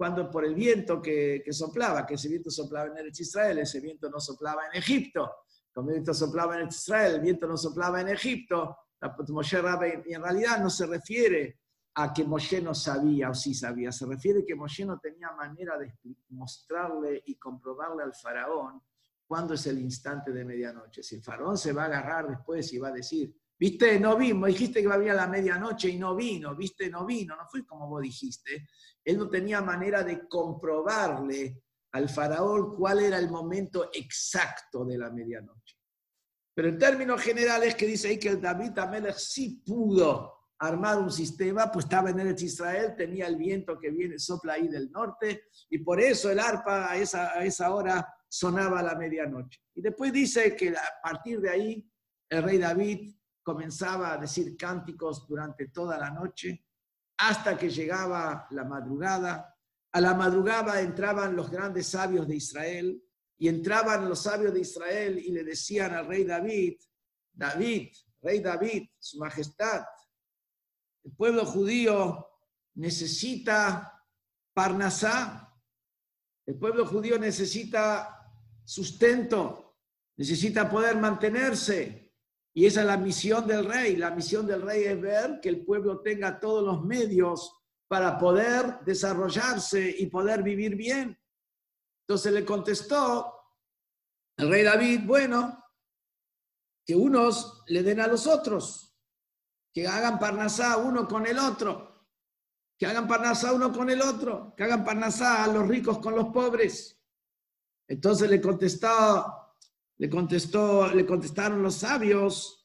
cuando por el viento que, que soplaba, que ese viento soplaba en Eretz Israel, ese viento no soplaba en Egipto. Como el viento soplaba en Eretz Israel, el viento no soplaba en Egipto. Moshe Rabbeinu, y en realidad no se refiere a que Moshe no sabía o sí sabía, se refiere que Moshe no tenía manera de mostrarle y comprobarle al faraón cuándo es el instante de medianoche. Si el faraón se va a agarrar después y va a decir, viste, no vino, dijiste que va a venir a la medianoche y no vino, viste, no vino, no fue como vos dijiste. Él no tenía manera de comprobarle al faraón cuál era el momento exacto de la medianoche. Pero en términos generales que dice ahí que el David Amelech sí pudo armar un sistema, pues estaba en Eretz Israel, tenía el viento que viene, sopla ahí del norte, y por eso el arpa a esa, a esa hora sonaba a la medianoche. Y después dice que a partir de ahí el rey David comenzaba a decir cánticos durante toda la noche, hasta que llegaba la madrugada. A la madrugada entraban los grandes sabios de Israel, y entraban los sabios de Israel y le decían al rey David, David, rey David, su majestad, el pueblo judío necesita parnasá, el pueblo judío necesita sustento, necesita poder mantenerse. Y esa es la misión del rey. La misión del rey es ver que el pueblo tenga todos los medios para poder desarrollarse y poder vivir bien. Entonces le contestó el rey David, bueno, que unos le den a los otros, que hagan parnasá uno con el otro, que hagan parnasá uno con el otro, que hagan parnasá a los ricos con los pobres. Entonces le contestó, le contestó, le contestaron los sabios,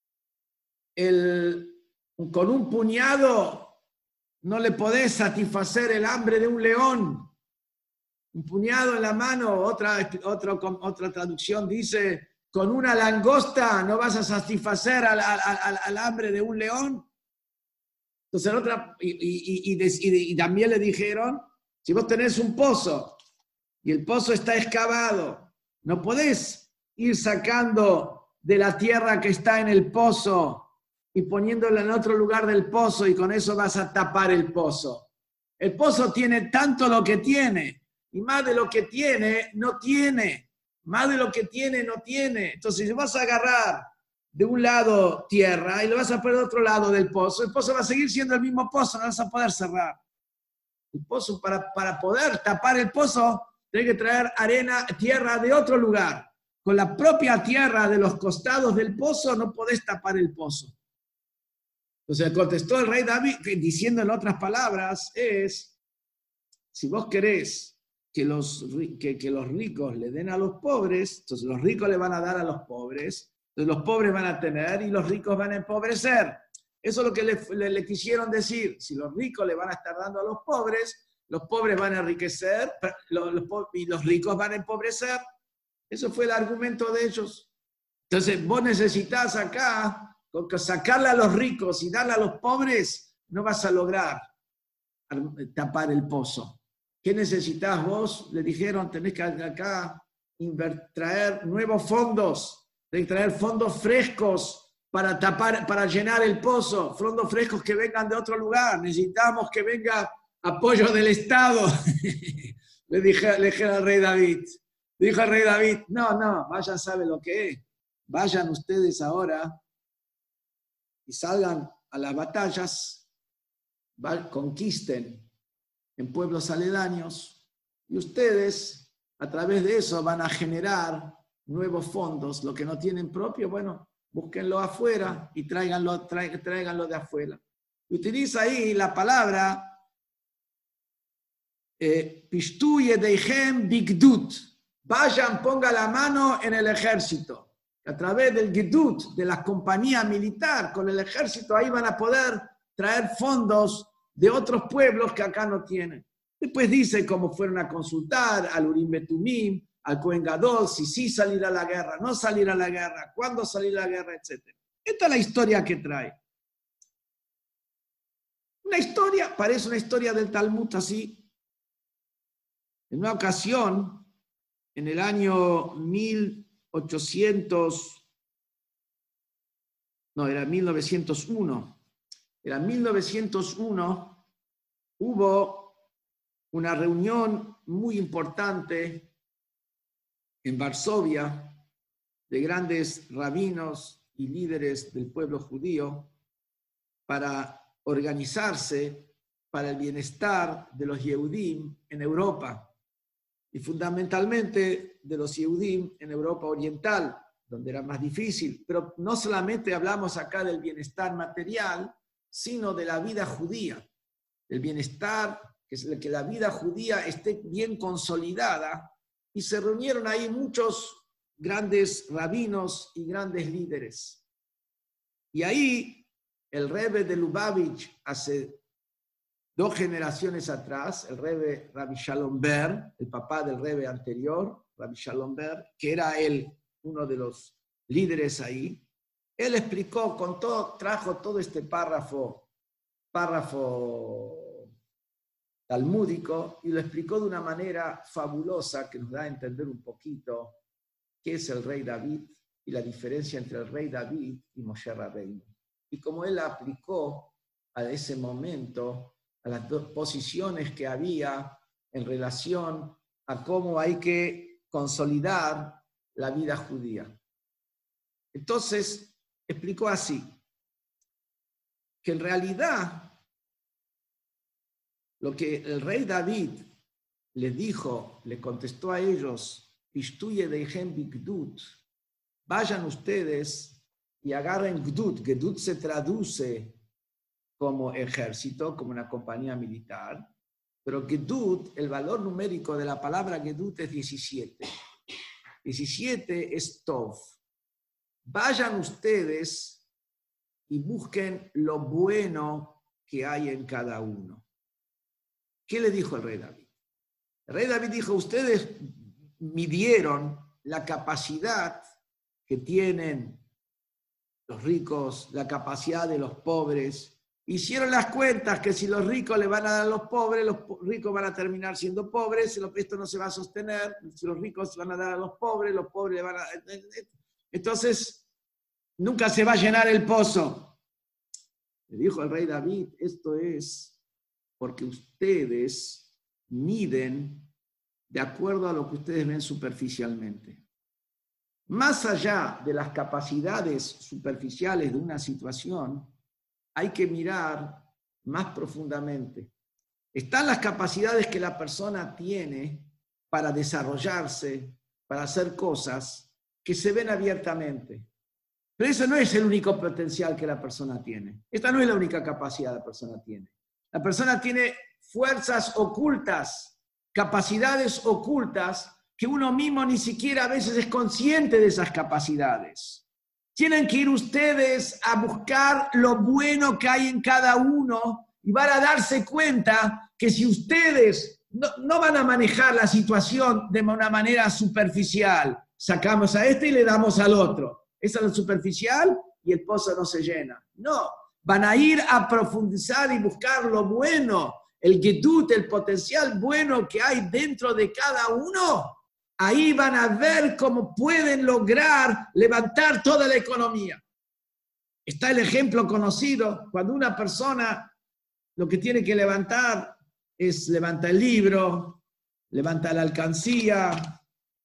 el, con un puñado no le podés satisfacer el hambre de un león. Un puñado en la mano, otra, otra, otra traducción dice, con una langosta no vas a satisfacer al, al, al, al hambre de un león. Entonces, otra, y, y, y, y, y también le dijeron, si vos tenés un pozo y el pozo está excavado, no podés ir sacando de la tierra que está en el pozo y poniéndola en otro lugar del pozo y con eso vas a tapar el pozo. El pozo tiene tanto lo que tiene. Y más de lo que tiene, no tiene. Más de lo que tiene, no tiene. Entonces, si vas a agarrar de un lado tierra y lo vas a poner de otro lado del pozo, el pozo va a seguir siendo el mismo pozo, no vas a poder cerrar. El pozo, para, para poder tapar el pozo, tienes que traer arena, tierra de otro lugar. Con la propia tierra de los costados del pozo no podés tapar el pozo. Entonces, contestó el rey David, diciendo en otras palabras, es, si vos querés Que los, que, que los ricos le den a los pobres, entonces los ricos le van a dar a los pobres, entonces los pobres van a tener y los ricos van a empobrecer. Eso es lo que le, le, le quisieron decir. Si los ricos le van a estar dando a los pobres, los pobres van a enriquecer los, los, y los ricos van a empobrecer. Eso fue el argumento de ellos. Entonces vos necesitas acá, con que sacarle a los ricos y darle a los pobres, no vas a lograr tapar el pozo. ¿Qué necesitas vos? Le dijeron, tenés que acá traer nuevos fondos, tenés que traer fondos frescos para tapar, para llenar el pozo, fondos frescos que vengan de otro lugar. Necesitamos que venga apoyo del Estado. le, dije, le dije al rey David. Dijo el rey David, no, no, vayan, sabe lo que es. Vayan ustedes ahora y salgan a las batallas, conquisten en pueblos aledaños, y ustedes a través de eso van a generar nuevos fondos. Lo que no tienen propio, bueno, búsquenlo afuera y tráiganlo, tráiganlo de afuera. Y utiliza ahí la palabra Pishtu Yedeichem Bigdut. Vayan, ponga la mano en el ejército. A través del Gidut, de la compañía militar, con el ejército, ahí van a poder traer fondos de otros pueblos que acá no tienen. Después dice cómo fueron a consultar al Urim Betumim, al Cohen Gadol, si sí salir a la guerra, no salir a la guerra, cuándo salir a la guerra, etcétera. Esta es la historia que trae. Una historia, parece una historia del Talmud así. En una ocasión, en el año mil ochocientos, no, era mil novecientos uno, era mil novecientos uno, hubo una reunión muy importante en Varsovia de grandes rabinos y líderes del pueblo judío para organizarse para el bienestar de los Yehudim en Europa y fundamentalmente de los Yehudim en Europa Oriental, donde era más difícil. Pero no solamente hablamos acá del bienestar material, sino de la vida judía, del bienestar, que es que la vida judía esté bien consolidada, y se reunieron ahí muchos grandes rabinos y grandes líderes. Y ahí el Rebbe de Lubavitch, hace dos generaciones atrás, el Rebbe Rabbi Shalom Ber, el papá del Rebbe anterior, Rabbi Shalom Ber, que era él uno de los líderes ahí, él explicó, con todo, trajo todo este párrafo, párrafo talmúdico, y lo explicó de una manera fabulosa que nos da a entender un poquito qué es el rey David y la diferencia entre el rey David y Moshe Rabbeinu. Y como él aplicó a ese momento a las dos posiciones que había en relación a cómo hay que consolidar la vida judía. Entonces, explicó así, que en realidad lo que el rey David les dijo, le contestó a ellos, Pishtuye deihem bigdut, vayan ustedes y agarren gdut. Gdut se traduce como ejército, como una compañía militar, pero Gedut, el valor numérico de la palabra Gedut es diecisiete. diecisiete es Tov. Vayan ustedes y busquen lo bueno que hay en cada uno. ¿Qué le dijo el rey David? El rey David dijo, ustedes midieron la capacidad que tienen los ricos, la capacidad de los pobres. Hicieron las cuentas que si los ricos le van a dar a los pobres, los ricos van a terminar siendo pobres, esto no se va a sostener. Si los ricos van a dar a los pobres, los pobres le van a... Entonces, nunca se va a llenar el pozo. Le dijo el rey David, esto es porque ustedes miden de acuerdo a lo que ustedes ven superficialmente. Más allá de las capacidades superficiales de una situación, hay que mirar más profundamente. Están las capacidades que la persona tiene para desarrollarse, para hacer cosas que se ven abiertamente. Pero eso no es el único potencial que la persona tiene. Esta no es la única capacidad que la persona tiene. La persona tiene fuerzas ocultas, capacidades ocultas, que uno mismo ni siquiera a veces es consciente de esas capacidades. Tienen que ir ustedes a buscar lo bueno que hay en cada uno y van a darse cuenta que si ustedes no, no van a manejar la situación de una manera superficial, sacamos a este y le damos al otro. Esa es la superficial y el pozo no se llena. No, van a ir a profundizar y buscar lo bueno, el gedut, el potencial bueno que hay dentro de cada uno. Ahí van a ver cómo pueden lograr levantar toda la economía. Está el ejemplo conocido, cuando una persona lo que tiene que levantar es levanta el libro, levanta la alcancía,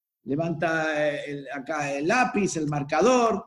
levanta el, acá el lápiz, el marcador.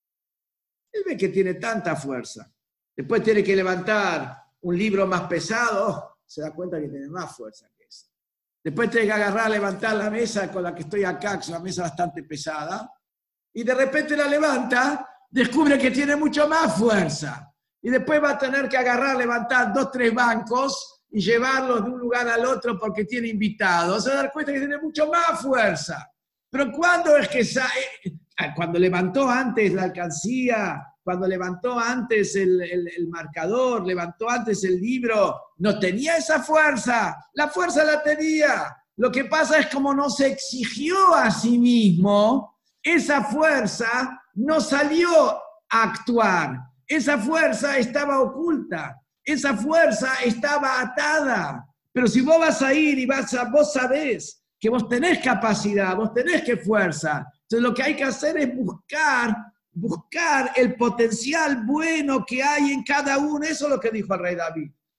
Él ve que tiene tanta fuerza. Después tiene que levantar un libro más pesado, se da cuenta que tiene más fuerza que esa. Después tiene que agarrar, levantar la mesa con la que estoy acá, que es una mesa bastante pesada, y de repente la levanta, descubre que tiene mucho más fuerza. Y después va a tener que agarrar, levantar dos, tres bancos y llevarlos de un lugar al otro porque tiene invitados. Se va a dar cuenta que tiene mucho más fuerza. Pero ¿cuándo es que sale? Cuando levantó antes la alcancía, cuando levantó antes el, el, el marcador, levantó antes el libro, no tenía esa fuerza. La fuerza la tenía. Lo que pasa es como no se exigió a sí mismo, esa fuerza no salió a actuar. Esa fuerza estaba oculta. Esa fuerza estaba atada. Pero si vos vas a ir y vas a, vos sabés que vos tenés capacidad, vos tenés que fuerza. Entonces lo que hay que hacer es buscar, buscar el potencial bueno que hay en cada uno. Eso es lo que dijo el rey David.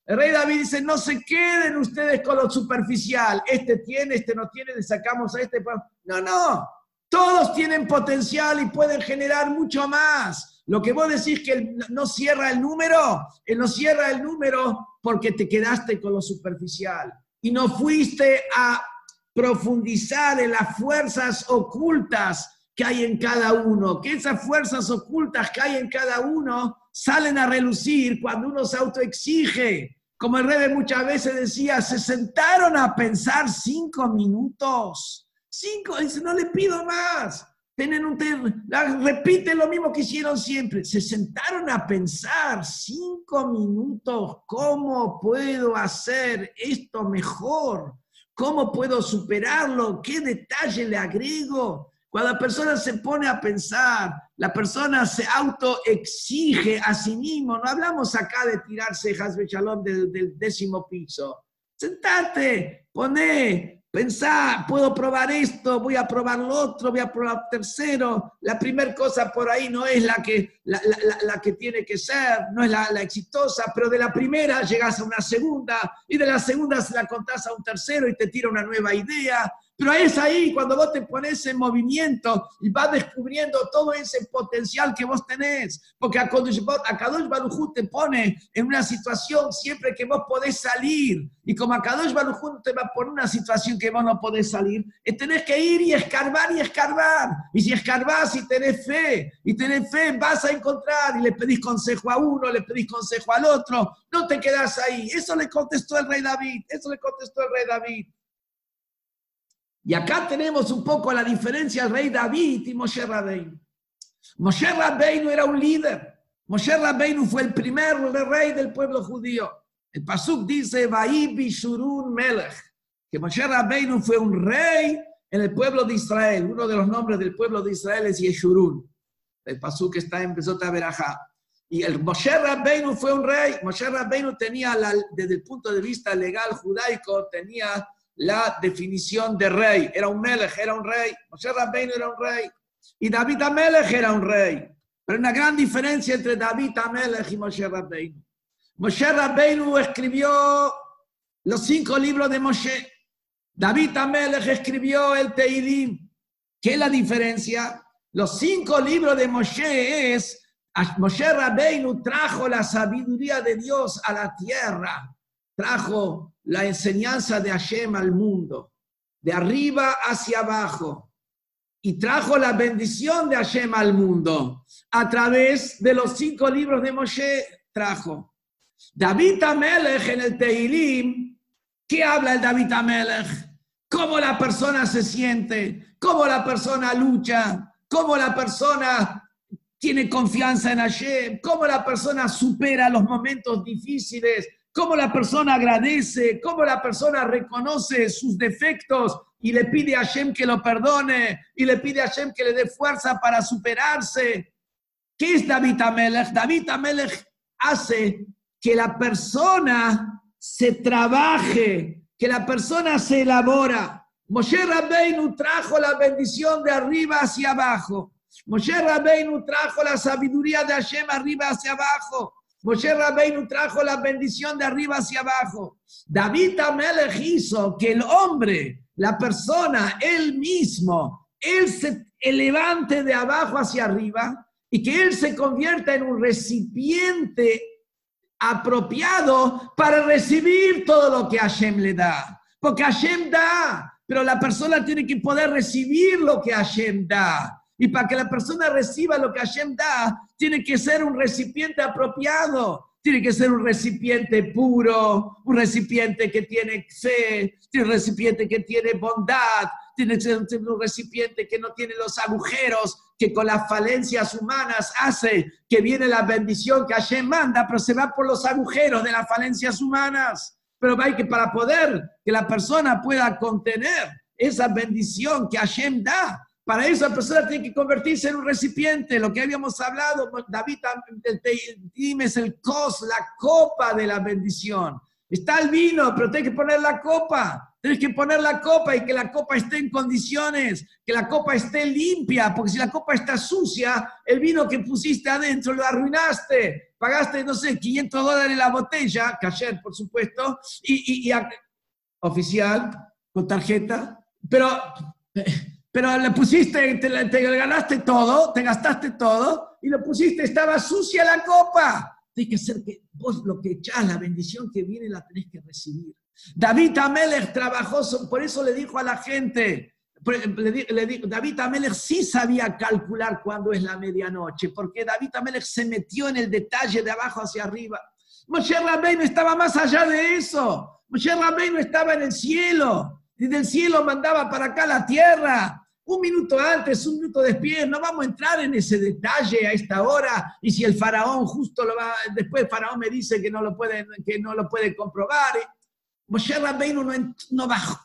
El rey David dice, no se queden ustedes con lo superficial. Este tiene, este no tiene, le sacamos a este. No, no. Todos tienen potencial y pueden generar mucho más. Lo que vos decís que él no cierra el número, él no cierra el número porque te quedaste con lo superficial y no fuiste a profundizar en las fuerzas ocultas que hay en cada uno, que esas fuerzas ocultas que hay en cada uno salen a relucir cuando uno se autoexige. Como el Rebbe muchas veces decía, se sentaron a pensar cinco minutos. Cinco, dice, no le pido más. Tienen un, repiten lo mismo que hicieron siempre. Se sentaron a pensar cinco minutos, ¿cómo puedo hacer esto mejor? ¿Cómo puedo superarlo? ¿Qué detalle le agrego? Cuando la persona se pone a pensar, la persona se autoexige a sí mismo. No hablamos acá de tirarse Hasbe Shalom del, del décimo piso. Sentate, poné, pensá, puedo probar esto, voy a probar lo otro, voy a probar tercero. La primera cosa por ahí no es la que, la, la, la que tiene que ser, no es la, la exitosa, pero de la primera llegas a una segunda y de la segunda se la contás a un tercero y te tira una nueva idea. Pero es ahí cuando vos te pones en movimiento y vas descubriendo todo ese potencial que vos tenés. Porque Akadosh Baruj Hu te pone en una situación siempre que vos podés salir. Y como Akadosh Baruj Hu te va a poner en una situación que vos no podés salir, tenés que ir y escarbar y escarbar. Y si escarbás y tenés fe, y tenés fe, vas a encontrar. Y le pedís consejo a uno, le pedís consejo al otro. No te quedás ahí. Eso le contestó el rey David. Eso le contestó el rey David. Y acá tenemos un poco la diferencia del rey David y Moshe Rabbeinu. Moshe Rabbeinu era un líder. Moshe Rabbeinu fue el primer rey del pueblo judío. El pasuk dice, Vayi Bishurun Melech, que Moshe Rabbeinu fue un rey en el pueblo de Israel. Uno de los nombres del pueblo de Israel es Yeshurun. El pasuk está en Besota Berajá. Y el Moshe Rabbeinu fue un rey. Moshe Rabbeinu tenía, la, desde el punto de vista legal judaico, tenía la definición de rey. Era un melech, era un rey. Moshe Rabbeinu era un rey. Y David HaMelech era un rey. Pero hay una gran diferencia entre David HaMelech y Moshe Rabbeinu. Moshe Rabbeinu escribió los cinco libros de Moshe. David HaMelech escribió el Teilim. ¿Qué es la diferencia? Los cinco libros de Moshe es, Moshe Rabbeinu trajo la sabiduría de Dios a la tierra. Trajo la enseñanza de Hashem al mundo, de arriba hacia abajo, y trajo la bendición de Hashem al mundo, a través de los cinco libros de Moshe trajo. David HaMelech en el Teilim, ¿qué habla el David HaMelech? Cómo la persona se siente, cómo la persona lucha, cómo la persona tiene confianza en Hashem, cómo la persona supera los momentos difíciles, cómo la persona agradece, cómo la persona reconoce sus defectos y le pide a Hashem que lo perdone y le pide a Hashem que le dé fuerza para superarse. ¿Qué es David HaMelech? David HaMelech hace que la persona se trabaje, que la persona se elabora. Moshe Rabbeinu trajo la bendición de arriba hacia abajo. Moshe Rabbeinu trajo la sabiduría de Hashem arriba hacia abajo. Moshe Rabbeinu trajo la bendición de arriba hacia abajo. David HaMelech hizo que el hombre, la persona, él mismo, él se levante de abajo hacia arriba y que él se convierta en un recipiente apropiado para recibir todo lo que Hashem le da. Porque Hashem da, pero la persona tiene que poder recibir lo que Hashem da. Y para que la persona reciba lo que Hashem da, tiene que ser un recipiente apropiado. Tiene que ser un recipiente puro, un recipiente que tiene fe, un recipiente que tiene bondad, tiene que ser un recipiente que no tiene los agujeros que con las falencias humanas hace que viene la bendición que Hashem manda, pero se va por los agujeros de las falencias humanas. Pero hay que, para poder que la persona pueda contener esa bendición que Hashem da, para eso la persona tiene que convertirse en un recipiente. Lo que habíamos hablado, David, dime, es el cos, la copa de la bendición. Está el vino, pero tiene que poner la copa. Tenés que poner la copa y que la copa esté en condiciones, que la copa esté limpia, porque si la copa está sucia, el vino que pusiste adentro lo arruinaste. Pagaste, no sé, quinientos dólares la botella, kasher, por supuesto, y, y, y a, oficial, con tarjeta, pero, pero le pusiste, te, te ganaste todo, te gastaste todo, y lo pusiste, estaba sucia la copa. Tienes que ser que vos lo que echás, la bendición que viene, la tenés que recibir. David Amelech trabajó, por eso le dijo a la gente, le, le dijo, David Amelech sí sabía calcular cuándo es la medianoche, porque David Amelech se metió en el detalle de abajo hacia arriba. Moshe Rabbeinu estaba más allá de eso. Moshe Rabbeinu estaba en el cielo, desde el cielo mandaba para acá la tierra. Un minuto antes, un minuto después, no vamos a entrar en ese detalle a esta hora, y si el faraón justo lo va, después el faraón me dice que no lo puede, que no lo puede comprobar. Moshe Rabbeinu no, no bajó,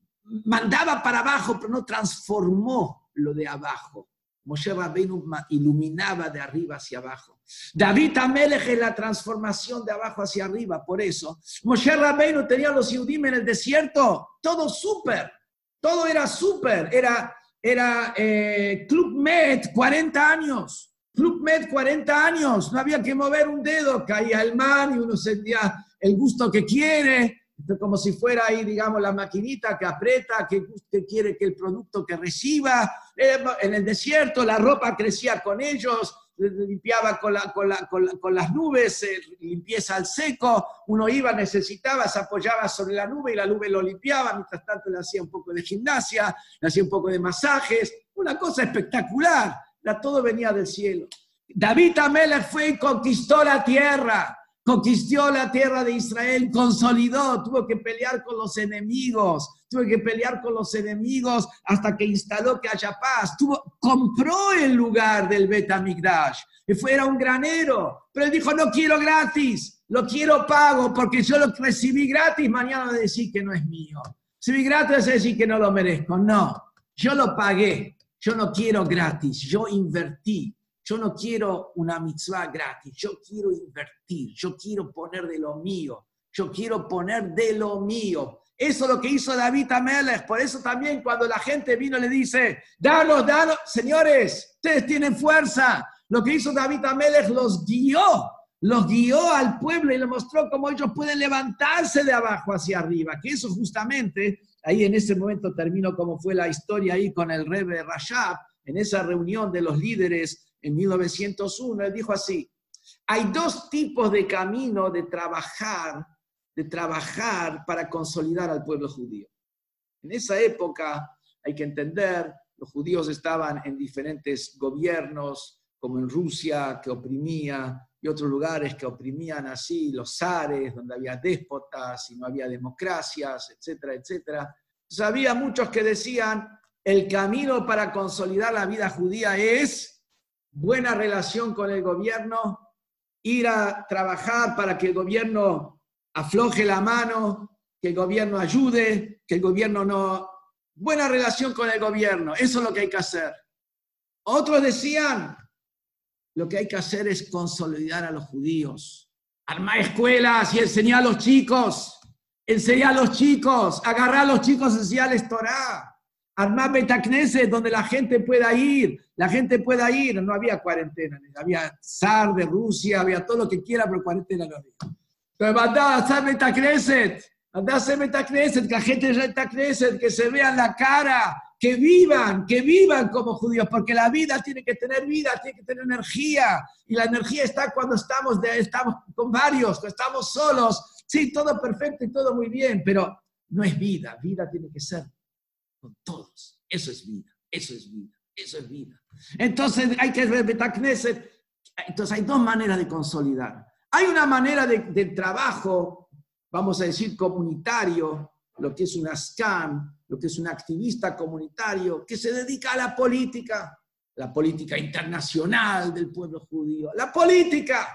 mandaba para abajo, pero no transformó lo de abajo. Moshe Rabbeinu iluminaba de arriba hacia abajo. David Amelech es la transformación de abajo hacia arriba, por eso. Moshe Rabbeinu tenía los Yehudim en el desierto, todo súper, todo era súper, era... Era eh, Club Med, cuarenta años. Club Med, cuarenta años. No había que mover un dedo. Caía el man y uno sentía el gusto que quiere. Como si fuera ahí, digamos, la maquinita que aprieta, que, que quiere que el producto que reciba. Eh, en el desierto la ropa crecía con ellos. Limpiaba con, la, con, la, con, la, con las nubes, eh, limpieza al seco, uno iba, necesitaba, se apoyaba sobre la nube y la nube lo limpiaba, mientras tanto le hacía un poco de gimnasia, le hacía un poco de masajes, una cosa espectacular, la, todo venía del cielo. David Amelech fue y conquistó la tierra, conquistó la tierra de Israel, consolidó, tuvo que pelear con los enemigos, tuvo que pelear con los enemigos hasta que instaló que haya paz, tuvo, compró el lugar del Bet HaMikdash, y fue, era un granero, pero él dijo, no quiero gratis, lo quiero pago, porque yo lo recibí gratis, mañana voy a decir que no es mío, recibí gratis es decir que no lo merezco, no, yo lo pagué, yo no quiero gratis, yo invertí. Yo no quiero una mitzvah gratis, yo quiero invertir, yo quiero poner de lo mío, yo quiero poner de lo mío. Eso es lo que hizo David Amelech, por eso también cuando la gente vino le dice, danos, danos, señores, ustedes tienen fuerza. Lo que hizo David Amelech los guió, los guió al pueblo y le mostró cómo ellos pueden levantarse de abajo hacia arriba, que eso justamente, ahí en ese momento terminó como fue la historia ahí con el Rebbe Rashab, en esa reunión de los líderes en mil novecientos uno, él dijo así, hay dos tipos de camino de trabajar, de trabajar para consolidar al pueblo judío. En esa época, hay que entender, los judíos estaban en diferentes gobiernos, como en Rusia, que oprimía, y otros lugares que oprimían así, los zares, donde había déspotas y no había democracias, etcétera, etcétera. Entonces había muchos que decían, el camino para consolidar la vida judía es buena relación con el gobierno, ir a trabajar para que el gobierno afloje la mano, que el gobierno ayude, que el gobierno no... Buena relación con el gobierno, eso es lo que hay que hacer. Otros decían, lo que hay que hacer es consolidar a los judíos, armar escuelas y enseñar a los chicos, enseñar a los chicos, agarrar a los chicos, enseñarles Torah. Armar Bet HaKnesset donde la gente pueda ir, la gente pueda ir, no había cuarentena, había zar de Rusia, había todo lo que quiera, pero cuarentena no había. Pero mandá a hacer Bet HaKnesset, mandá a hacer Bet HaKnesset, que la gente de Bet HaKnesset, que se vean la cara, que vivan, que vivan como judíos, porque la vida tiene que tener vida, tiene que tener energía, y la energía está cuando estamos, de, estamos con varios, cuando estamos solos, sí, todo perfecto y todo muy bien, pero no es vida, vida tiene que ser con todos. Eso es vida, eso es vida, eso es vida. Entonces hay que ver Bet HaKnesset. Entonces hay dos maneras de consolidar. Hay una manera de, de trabajo, vamos a decir comunitario, lo que es un ASCAM, lo que es un activista comunitario, que se dedica a la política, la política internacional del pueblo judío. La política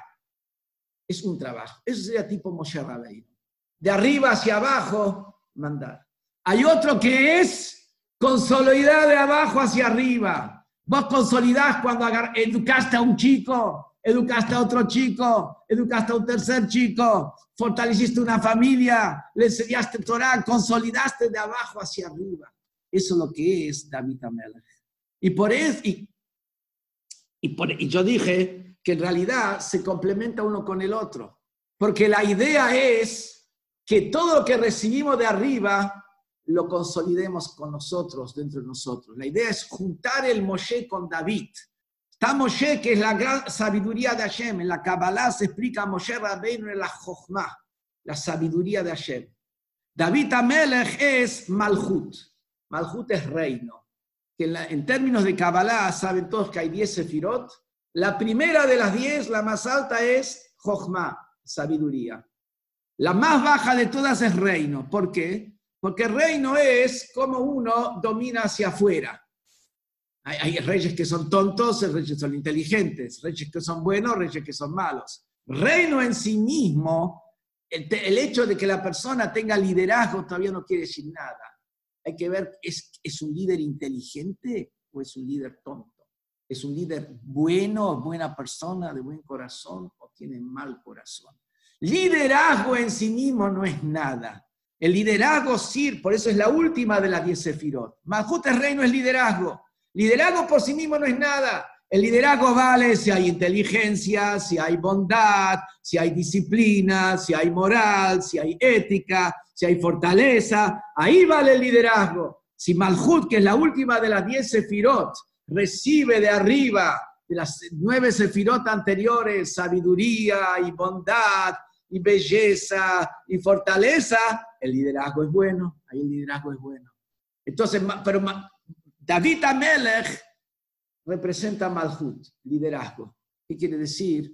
es un trabajo. Eso sería tipo Moshe Rabbeinu. De arriba hacia abajo, mandar. Hay otro que es consolidar de abajo hacia arriba. Vos consolidás cuando educaste a un chico, educaste a otro chico, educaste a un tercer chico, fortaleciste una familia, le enseñaste Torah, consolidaste de abajo hacia arriba. Eso es lo que es David Amelech. Y por eso, y, y, por, y yo dije que en realidad se complementa uno con el otro. Porque la idea es que todo lo que recibimos de arriba lo consolidemos con nosotros, dentro de nosotros. La idea es juntar el Moshe con David. Está Moshe, que es la gran sabiduría de Hashem. En la Kabbalah se explica a Moshe Rabbeinu en la Jochma, la sabiduría de Hashem. David Amelech es Malhut. Malhut es reino. Que en, la, en términos de Kabbalah, saben todos que hay diez sefirot. La primera de las diez, la más alta, es Jochma, sabiduría. La más baja de todas es reino. ¿Por qué? Porque reino es como uno domina hacia afuera. Hay, hay reyes que son tontos, reyes que son inteligentes, reyes que son buenos, reyes que son malos. Reino en sí mismo, el, el hecho de que la persona tenga liderazgo todavía no quiere decir nada. Hay que ver, ¿es, ¿es un líder inteligente o es un líder tonto? ¿Es un líder bueno, buena persona, de buen corazón o tiene mal corazón? Liderazgo en sí mismo no es nada. El liderazgo, sí, por eso es la última de las diez sefirot. Malhut es reino, es liderazgo. Liderazgo por sí mismo no es nada. El liderazgo vale si hay inteligencia, si hay bondad, si hay disciplina, si hay moral, si hay ética, si hay fortaleza. Ahí vale el liderazgo. Si Malhut, que es la última de las diez sefirot, recibe de arriba, de las nueve sefirot anteriores, sabiduría y bondad y belleza y fortaleza, el liderazgo es bueno. Ahí el liderazgo es bueno. Entonces, pero David Amelech representa Malhut, liderazgo. ¿Qué quiere decir?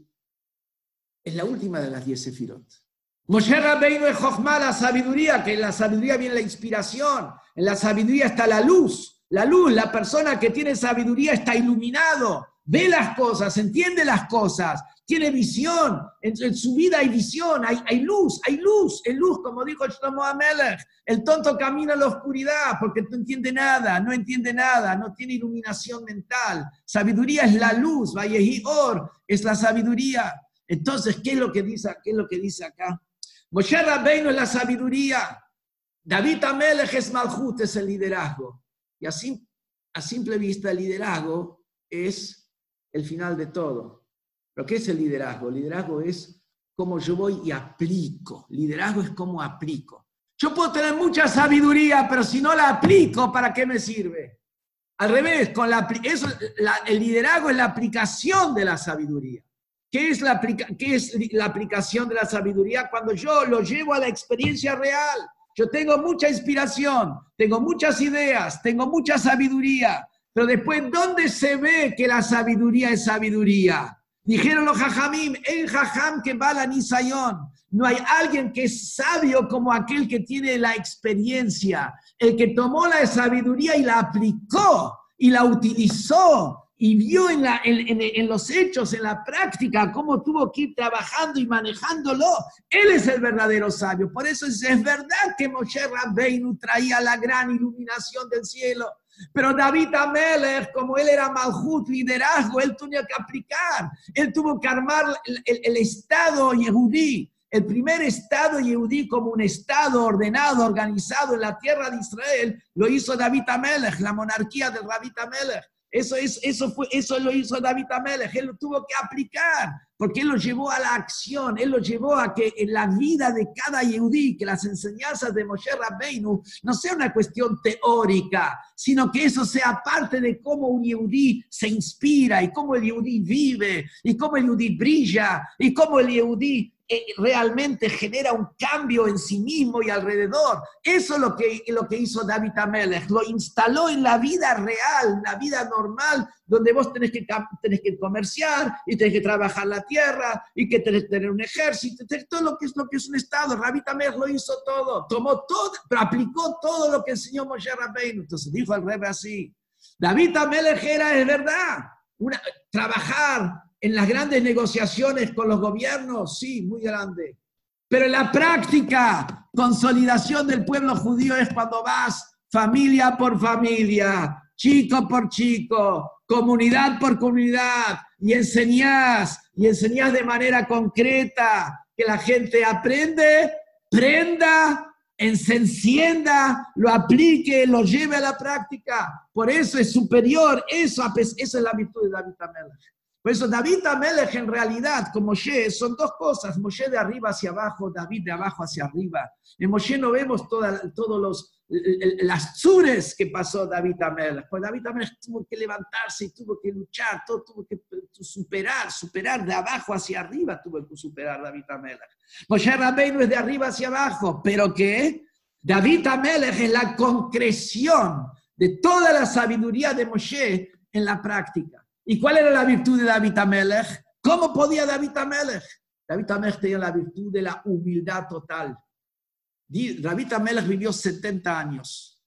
Es la última de las diez sefirot. Moshe Rabbeinu es Jochma, la sabiduría, que en la sabiduría viene la inspiración. En la sabiduría está la luz. La luz, la persona que tiene sabiduría está iluminado. Ve las cosas, entiende las cosas, tiene visión. En, en su vida hay visión, hay, hay luz, hay luz, hay luz, como dijo Shlomo Amelech. El tonto camina en la oscuridad porque no entiende nada, no entiende nada, no tiene iluminación mental. Sabiduría es la luz, Vayehi Or, es la sabiduría. Entonces, ¿qué es lo que dice, qué es lo que dice acá? Moshe Rabbeinu es la sabiduría. David Amelech es Malhut, es el liderazgo. Y así, a simple vista, el liderazgo es el final de todo. ¿Pero qué es el liderazgo? El liderazgo es cómo yo voy y aplico. Liderazgo es cómo aplico. Yo puedo tener mucha sabiduría, pero si no la aplico, ¿para qué me sirve? Al revés, con la, eso, la, el liderazgo es la aplicación de la sabiduría. ¿Qué es la, qué es la aplicación de la sabiduría? Cuando yo lo llevo a la experiencia real. Yo tengo mucha inspiración, tengo muchas ideas, tengo mucha sabiduría, pero después, ¿dónde se ve que la sabiduría es sabiduría? Dijeron los Jajamim, el Jajam que va a la Nisayón. No hay alguien que es sabio como aquel que tiene la experiencia, el que tomó la sabiduría y la aplicó y la utilizó y vio en, la, en, en, en los hechos, en la práctica, cómo tuvo que ir trabajando y manejándolo. Él es el verdadero sabio. Por eso es, es verdad que Moshe Rabbeinu traía la gran iluminación del cielo. Pero David Amelech, como él era Malhut, liderazgo, él tenía que aplicar. Él tuvo que armar el, el, el Estado Yehudí. El primer Estado Yehudí como un Estado ordenado, organizado en la tierra de Israel, lo hizo David Amelech, la monarquía de David Amelech. Eso, es, eso, fue, eso lo hizo David Amelech, él lo tuvo que aplicar, porque él lo llevó a la acción, él lo llevó a que en la vida de cada Yehudí, que las enseñanzas de Moshe Rabbeinu no sea una cuestión teórica, sino que eso sea parte de cómo un Yehudí se inspira, y cómo el Yehudí vive, y cómo el Yehudí brilla, y cómo el Yehudí realmente genera un cambio en sí mismo y alrededor. Eso es lo que, lo que hizo David Amelech, lo instaló en la vida real, la vida normal, donde vos tenés que, tenés que comerciar y tenés que trabajar la tierra y que tenés que tener un ejército, todo lo que es, lo que es un estado. David Amelech lo hizo todo, tomó todo, pero aplicó todo lo que enseñó Moshe Rabbeinu. Entonces dijo el Rebbe así, David Amelech era, es verdad, una, trabajar en las grandes negociaciones con los gobiernos, sí, muy grande. Pero en la práctica, consolidación del pueblo judío es cuando vas familia por familia, chico por chico, comunidad por comunidad, y enseñás, y enseñás de manera concreta, que la gente aprende, prenda, se encienda, lo aplique, lo lleve a la práctica. Por eso es superior, eso, esa es la virtud de David HaMelech. Por eso David HaMelech en realidad, con Moshe, son dos cosas. Moshe de arriba hacia abajo, David de abajo hacia arriba. En Moshe no vemos toda, todos los, las tzures que pasó David HaMelech. Pues David HaMelech tuvo que levantarse y tuvo que luchar, todo tuvo que superar, superar de abajo hacia arriba, tuvo que superar David HaMelech. Moshe Rabbeinu es de arriba hacia abajo, pero ¿qué? David HaMelech es la concreción de toda la sabiduría de Moshe en la práctica. ¿Y cuál era la virtud de David HaMelech? ¿Cómo podía David HaMelech? David HaMelech tenía la virtud de la humildad total. David HaMelech vivió setenta años.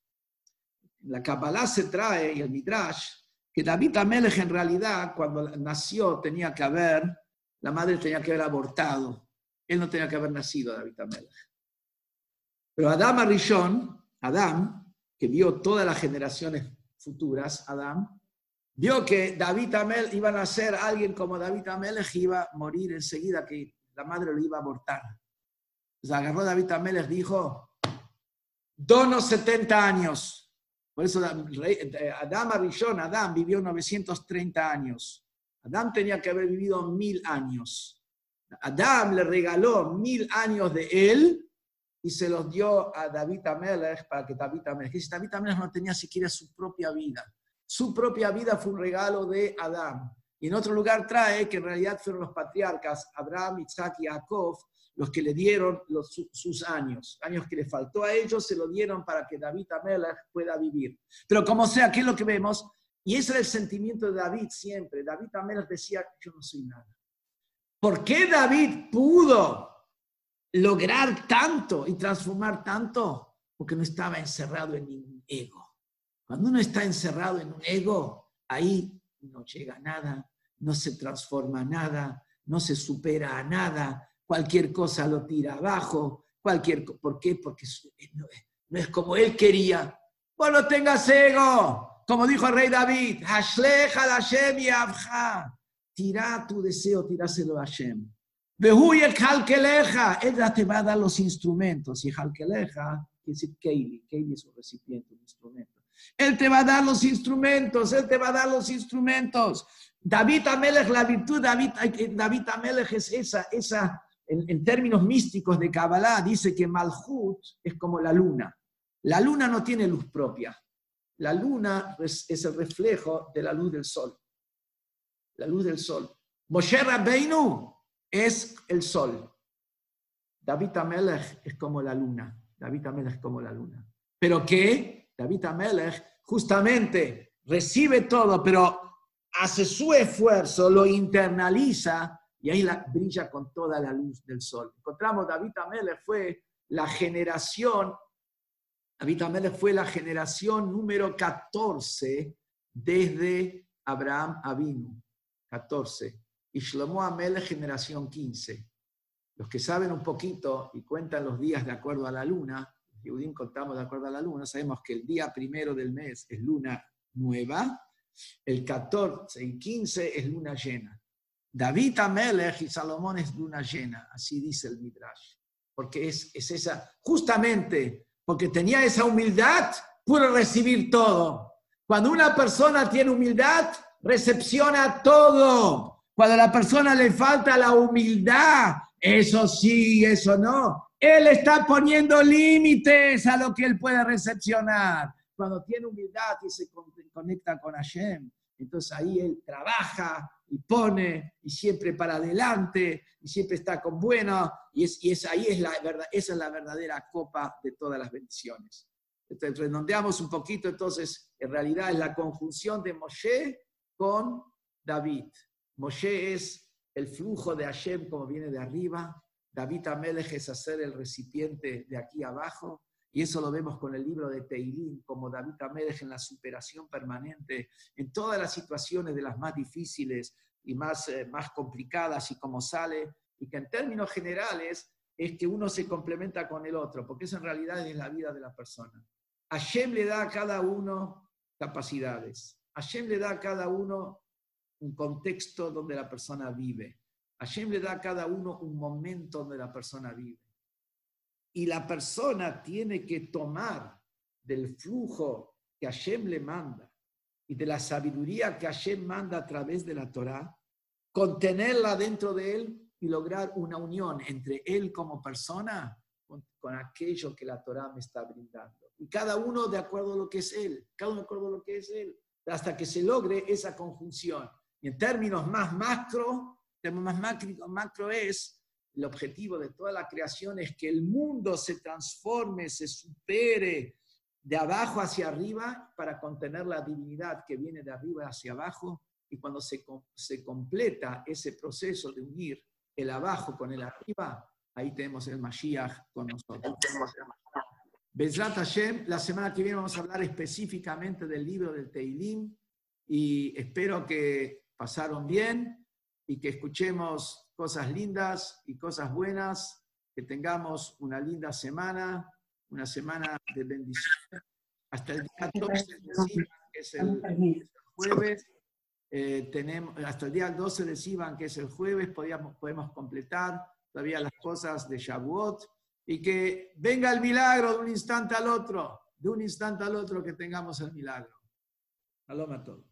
En la Kabbalah se trae, y el Midrash, que David HaMelech en realidad, cuando nació, tenía que haber, la madre tenía que haber abortado. Él no tenía que haber nacido, David HaMelech. Pero Adam Arishon, Adam, que vio todas las generaciones futuras, Adam, vio que David HaMelech iba a nacer alguien como David HaMelech y iba a morir enseguida, que la madre lo iba a abortar. Entonces agarró David HaMelech y dijo, dono setenta años. Por eso Adam Arishon, Adam vivió novecientos treinta años. Adam tenía que haber vivido mil años. Adam le regaló mil años de él y se los dio a David HaMelech para que David HaMelech, que David HaMelech no tenía siquiera su propia vida. Su propia vida fue un regalo de Adán. Y en otro lugar trae que en realidad fueron los patriarcas, Abraham, Isaac y Jacob, los que le dieron los, sus años. Años que le faltó a ellos, se lo dieron para que David HaMelech pueda vivir. Pero como sea, ¿qué es lo que vemos? Y ese era el sentimiento de David siempre. David HaMelech decía, yo no soy nada. ¿Por qué David pudo lograr tanto y transformar tanto? Porque no estaba encerrado en ningún ego. Cuando uno está encerrado en un ego, ahí no llega a nada, no se transforma a nada, no se supera a nada, cualquier cosa lo tira abajo, cualquier, ¿por qué? Porque no es, no es como él quería. Vos no tengas ego, como dijo el rey David, Hashlecha la Hashem y Abja, tira tu deseo, tiráselo a Hashem. Vehuy el Halkeleja, él te va a dar los instrumentos, y Halkeleja quiere decir Keili, Keili es un recipiente, un instrumento. Él te va a dar los instrumentos, Él te va a dar los instrumentos. David HaMelech, la virtud de David, David HaMelech es esa, esa en, en términos místicos de Kabbalah, dice que Malhut es como la luna. La luna no tiene luz propia. La luna es, es el reflejo de la luz del sol. La luz del sol. Moshe Rabbeinu es el sol. David HaMelech es como la luna. David HaMelech es como la luna. ¿Pero qué? David HaMelech justamente recibe todo, pero hace su esfuerzo, lo internaliza y ahí la, brilla con toda la luz del sol. Encontramos David HaMelech fue la generación, David HaMelech fue la generación número catorce desde Abraham Avinu, catorce, y Shlomo HaMelech generación quince. Los que saben un poquito y cuentan los días de acuerdo a la luna, Yehudim contamos de acuerdo a la luna, sabemos que el día primero del mes es luna nueva, el catorce y quince es luna llena. David HaMelech y Salomón es luna llena, así dice el Midrash, porque es, es esa, justamente porque tenía esa humildad, pudo recibir todo. Cuando una persona tiene humildad, recepciona todo. Cuando a la persona le falta la humildad, eso sí, eso no. Él está poniendo límites a lo que él puede recepcionar. Cuando tiene humildad y se conecta con Hashem, entonces ahí él trabaja y pone y siempre para adelante y siempre está con bueno y, es, y es, ahí es la verdad, esa es la verdadera copa de todas las bendiciones. Entonces, redondeamos un poquito, entonces en realidad es la conjunción de Moshe con David. Moshe es el flujo de Hashem como viene de arriba. David HaMelech es hacer el recipiente de aquí abajo, y eso lo vemos con el libro de Teilín, como David HaMelech en la superación permanente, en todas las situaciones de las más difíciles y más, eh, más complicadas, y como sale, y que en términos generales es que uno se complementa con el otro, porque eso en realidad es la vida de la persona. Hashem le da a cada uno capacidades, Hashem le da a cada uno un contexto donde la persona vive. Hashem le da a cada uno un momento donde la persona vive. Y la persona tiene que tomar del flujo que Hashem le manda y de la sabiduría que Hashem manda a través de la Torá, contenerla dentro de él y lograr una unión entre él como persona con, con aquello que la Torá me está brindando. Y cada uno de acuerdo a lo que es él, cada uno de acuerdo a lo que es él, hasta que se logre esa conjunción. Y en términos más macro, términos más macro, macro es, el objetivo de toda la creación es que el mundo se transforme, se supere de abajo hacia arriba para contener la divinidad que viene de arriba hacia abajo. Y cuando se, se completa ese proceso de unir el abajo con el arriba, ahí tenemos el Mashiach con nosotros. Bezrat Hashem, la semana que viene vamos a hablar específicamente del libro del Teilim y espero que pasaron bien y que escuchemos cosas lindas y cosas buenas, que tengamos una linda semana, una semana de bendición. Hasta el día doce de Sivan, que es el, el jueves, eh, tenemos, hasta el día doce de Sivan, que es el jueves, podíamos, podemos completar todavía las cosas de Shavuot, y que venga el milagro de un instante al otro, de un instante al otro que tengamos el milagro. Shalom a todos.